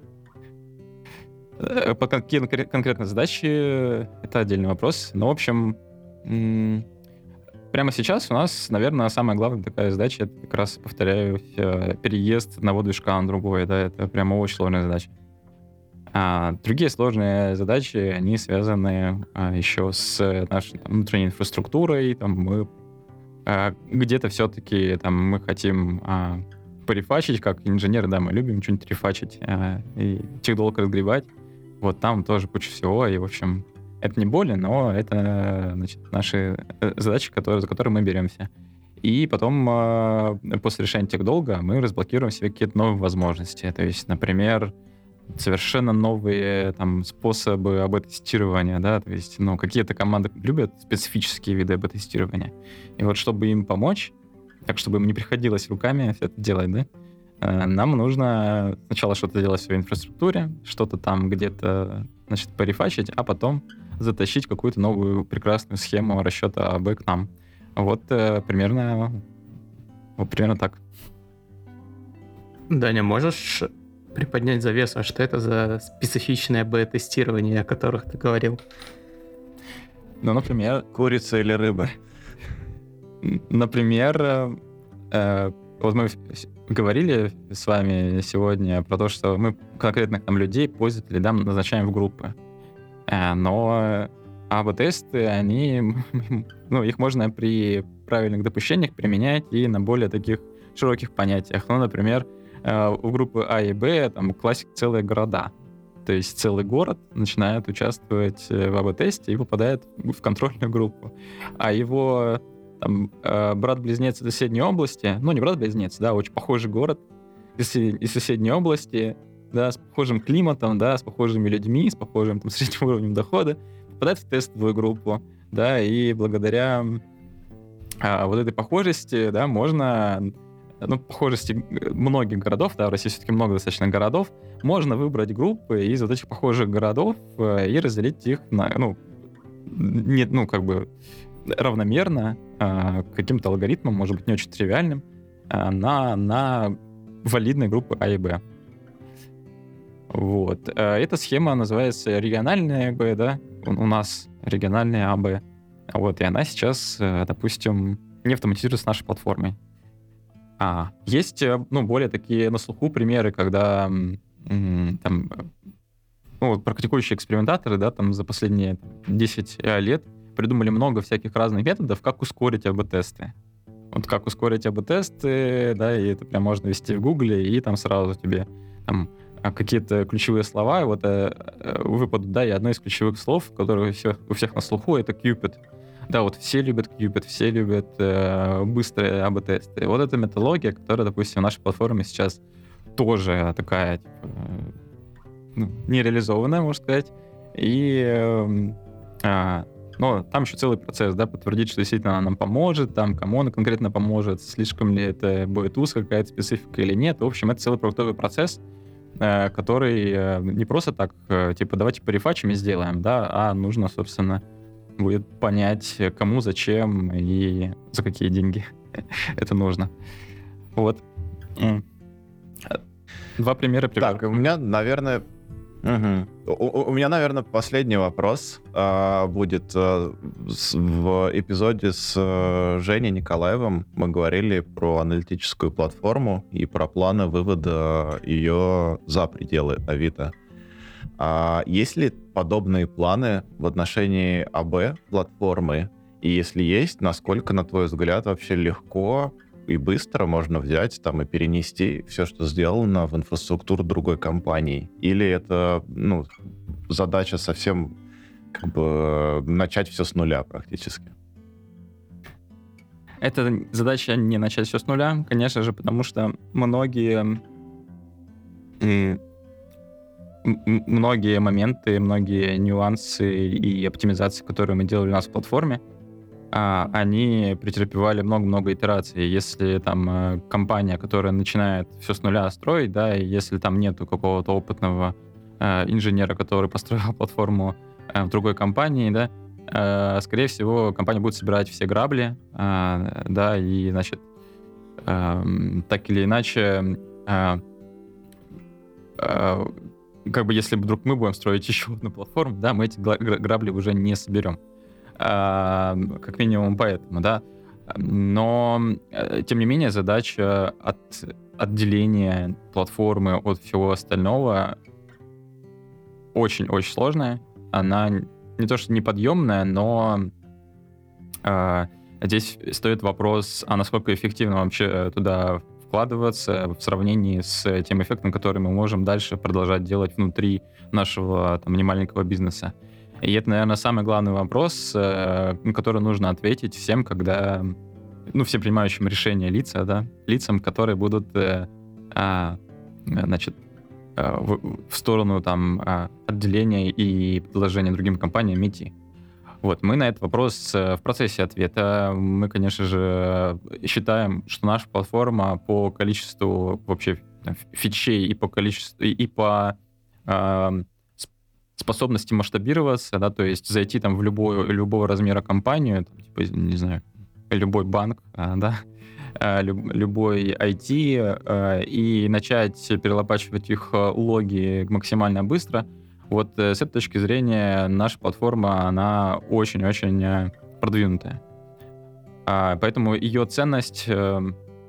э, по какие конкретно задачи это отдельный вопрос. Но, в общем, м- прямо сейчас у нас, наверное, самая главная такая задача, это как раз, повторяю, переезд одного движка на другой. Да, это прямо очень сложная задача. А другие сложные задачи, они связаны а, еще с нашей там, внутренней инфраструктурой. Там, мы а, где-то все-таки там, мы хотим а, порефачить, как инженеры, да, мы любим что-нибудь рефачить а, и техдолг разгребать. Вот там тоже куча всего, и, в общем, это не боли, но это, значит, наши задачи, которые, за которые мы беремся. И потом, а, после решения техдолга, мы разблокируем себе какие-то новые возможности. То есть, например, совершенно новые там способы эй би-тестирования, да, то есть, ну, какие-то команды любят специфические виды эй би-тестирования. И вот чтобы им помочь, так, чтобы им не приходилось руками все это делать, да, Э, Нам нужно сначала что-то делать в своей инфраструктуре, что-то там где-то, значит, порефачить, а потом затащить какую-то новую прекрасную схему расчета АБ к нам. Вот э, примерно, вот примерно так. Даня, можешь приподнять завесу, а что это за специфичное бета-тестирование, о которых ты говорил? Ну, например, Курица или рыба? н- например, э, э, вот мы с- говорили с вами сегодня про то, что мы конкретных там людей, пользователей, да, назначаем в группы. Э, Но АБ-тесты, они, ну, их можно при правильных допущениях применять и на более таких широких понятиях. Ну, например, э, у группы А и Б там классик целые города. То есть целый город начинает участвовать э, в АБ-тесте и попадает в контрольную группу. А его там, э, брат-близнец из соседней области, ну, не брат-близнец, да, очень похожий город из, сосед- из соседней области, да, с похожим климатом, да, с похожими людьми, с похожим там средним уровнем дохода, попадает в тестовую группу, да, и благодаря а, вот этой похожести, да, можно, ну, похожести многих городов, да, в России все-таки много достаточно городов, можно выбрать группы из вот этих похожих городов э, и разделить их на, ну, не, ну, как бы равномерно э, каким-то алгоритмом, может быть, не очень тривиальным, э, на, на валидные группы А и Б. Вот. Э, Эта схема называется региональная АБ, да, у, у нас региональная АБ. Вот, и она сейчас, э, допустим, не автоматизируется с нашей платформой. А, есть, э, ну, более такие на слуху примеры, когда м, м, там, э, ну, вот практикующие экспериментаторы, да, там за последние десять э, лет придумали много всяких разных методов, как ускорить АБ-тесты. Вот как ускорить АБ-тесты, да, и это прям можно ввести в Гугле, и там сразу тебе там а, какие-то ключевые слова, вот э, э, выпадут, да, и одно из ключевых слов, которое у всех, у всех на слуху, это Cupid. Да, вот все любят Cupid, все любят э, быстрые АБ-тесты. Вот эта методология, которая, допустим, в нашей платформе сейчас тоже такая, типа, э, ну, нереализованная, можно сказать. И э, а, но там еще целый процесс, да, подтвердить, что действительно она нам поможет, там, кому она конкретно поможет, слишком ли это будет узкая какая-то специфика или нет. В общем, это целый продуктовый процесс, э, который э, не просто так, э, типа, давайте порефачим и сделаем, да, а нужно, собственно, будет понять, кому, зачем и за какие деньги это нужно. Вот. М. Два примера. пример. Так, у меня, наверное... Мгм. У, у- у меня, наверное, последний вопрос а, будет а, с- в эпизоде с а, Женей Николаевым. Мы говорили про аналитическую платформу и про планы вывода ее за пределы Авито. А есть ли подобные планы в отношении АБ-платформы? И если есть, насколько, на твой взгляд, вообще легко и быстро можно взять там и перенести все, что сделано, в инфраструктуру другой компании? Или это, ну, задача совсем как бы начать все с нуля практически? Это задача не начать все с нуля, конечно же, потому что многие м, м, м- многие моменты, многие нюансы и оптимизации, которые мы делали у нас в платформе, а, они претерпевали много-много итераций. Если там э, компания, которая начинает все с нуля строить, да, и если там нету какого-то опытного э, инженера, который построил платформу э, в другой компании, да, э, скорее всего, компания будет собирать все грабли, э, да, и, значит, эм, так или иначе, э, э, как бы если вдруг мы будем строить еще одну платформу, да, мы эти гла- гра- грабли уже не соберем. А, как минимум поэтому, да. Но, э, тем не менее, задача от отделения платформы от всего остального очень-очень сложная. Она не то что неподъемная, но а, здесь стоит вопрос, а насколько эффективно вообще туда вкладываться в сравнении с тем эффектом, который мы можем дальше продолжать делать внутри нашего там немаленького бизнеса. И это, наверное, самый главный вопрос, э, на который нужно ответить всем, когда, ну, всем принимающим решения лица, да, лицам, которые будут, э, а, значит, э, в, в сторону там а, отделения и предложения другим компаниям идти. Вот, мы на этот вопрос э, в процессе ответа. Мы, конечно же, считаем, что наша платформа по количеству вообще фичей и по количеству, и по э, способности масштабироваться, да, то есть зайти там в любую, любого размера компанию, там, типа, не знаю, любой банк, э, да, э, люб, любой ай ти, э, и начать перелопачивать их логи максимально быстро. Вот э, с этой точки зрения наша платформа, она очень-очень продвинутая. А, поэтому ее ценность э,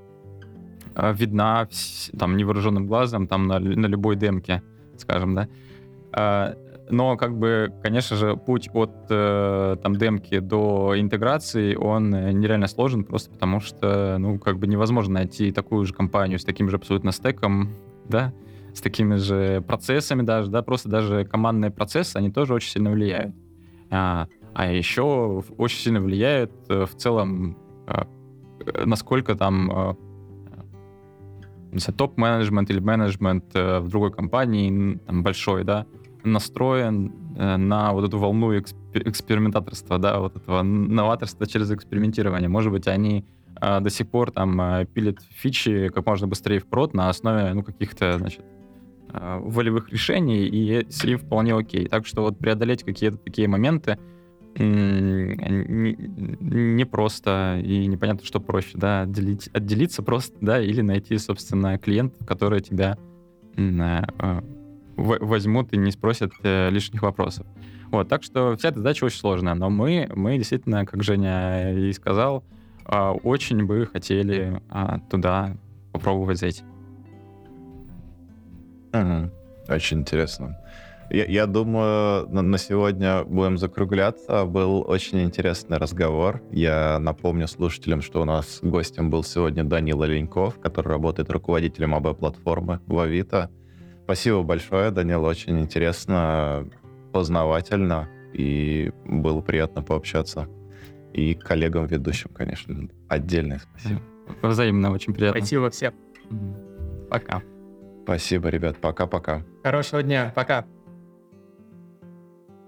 видна там невооруженным глазом, там на, на любой демке, скажем, да. А, но, как бы, конечно же, путь от э, там демки до интеграции, он нереально сложен, просто потому что, ну, как бы невозможно найти такую же компанию с таким же абсолютно стеком, да, с такими же процессами даже, да, просто даже командные процессы, они тоже очень сильно влияют. А, а еще очень сильно влияет в целом, насколько там топ-менеджмент или менеджмент в другой компании, там, большой, да, настроен на вот эту волну экспер- экспериментаторства, да, вот этого новаторства через экспериментирование. Может быть, они а, до сих пор там пилят фичи как можно быстрее в прод на основе, ну, каких-то, значит, волевых решений, и с ним вполне окей. Так что вот преодолеть какие-то такие моменты не просто, и непонятно, что проще, да, отделить, отделиться просто, да, или найти, собственно, клиентов, которые тебя возьмут и не спросят лишних вопросов. Вот, так что вся эта задача очень сложная, но мы, мы действительно, как Женя и сказал, очень бы хотели туда попробовать зайти. Угу. Очень интересно. Я, я думаю, на, на сегодня будем закругляться. Был очень интересный разговор. Я напомню слушателям, что у нас гостем был сегодня Данила Леньков, который работает руководителем эй би-платформы в Авито. Спасибо большое, Данил, очень интересно, познавательно, и было приятно пообщаться. И коллегам-ведущим, конечно, отдельное спасибо. Взаимно, очень приятно. Спасибо всем. Пока. Спасибо, ребят. Пока-пока. Хорошего дня. Пока.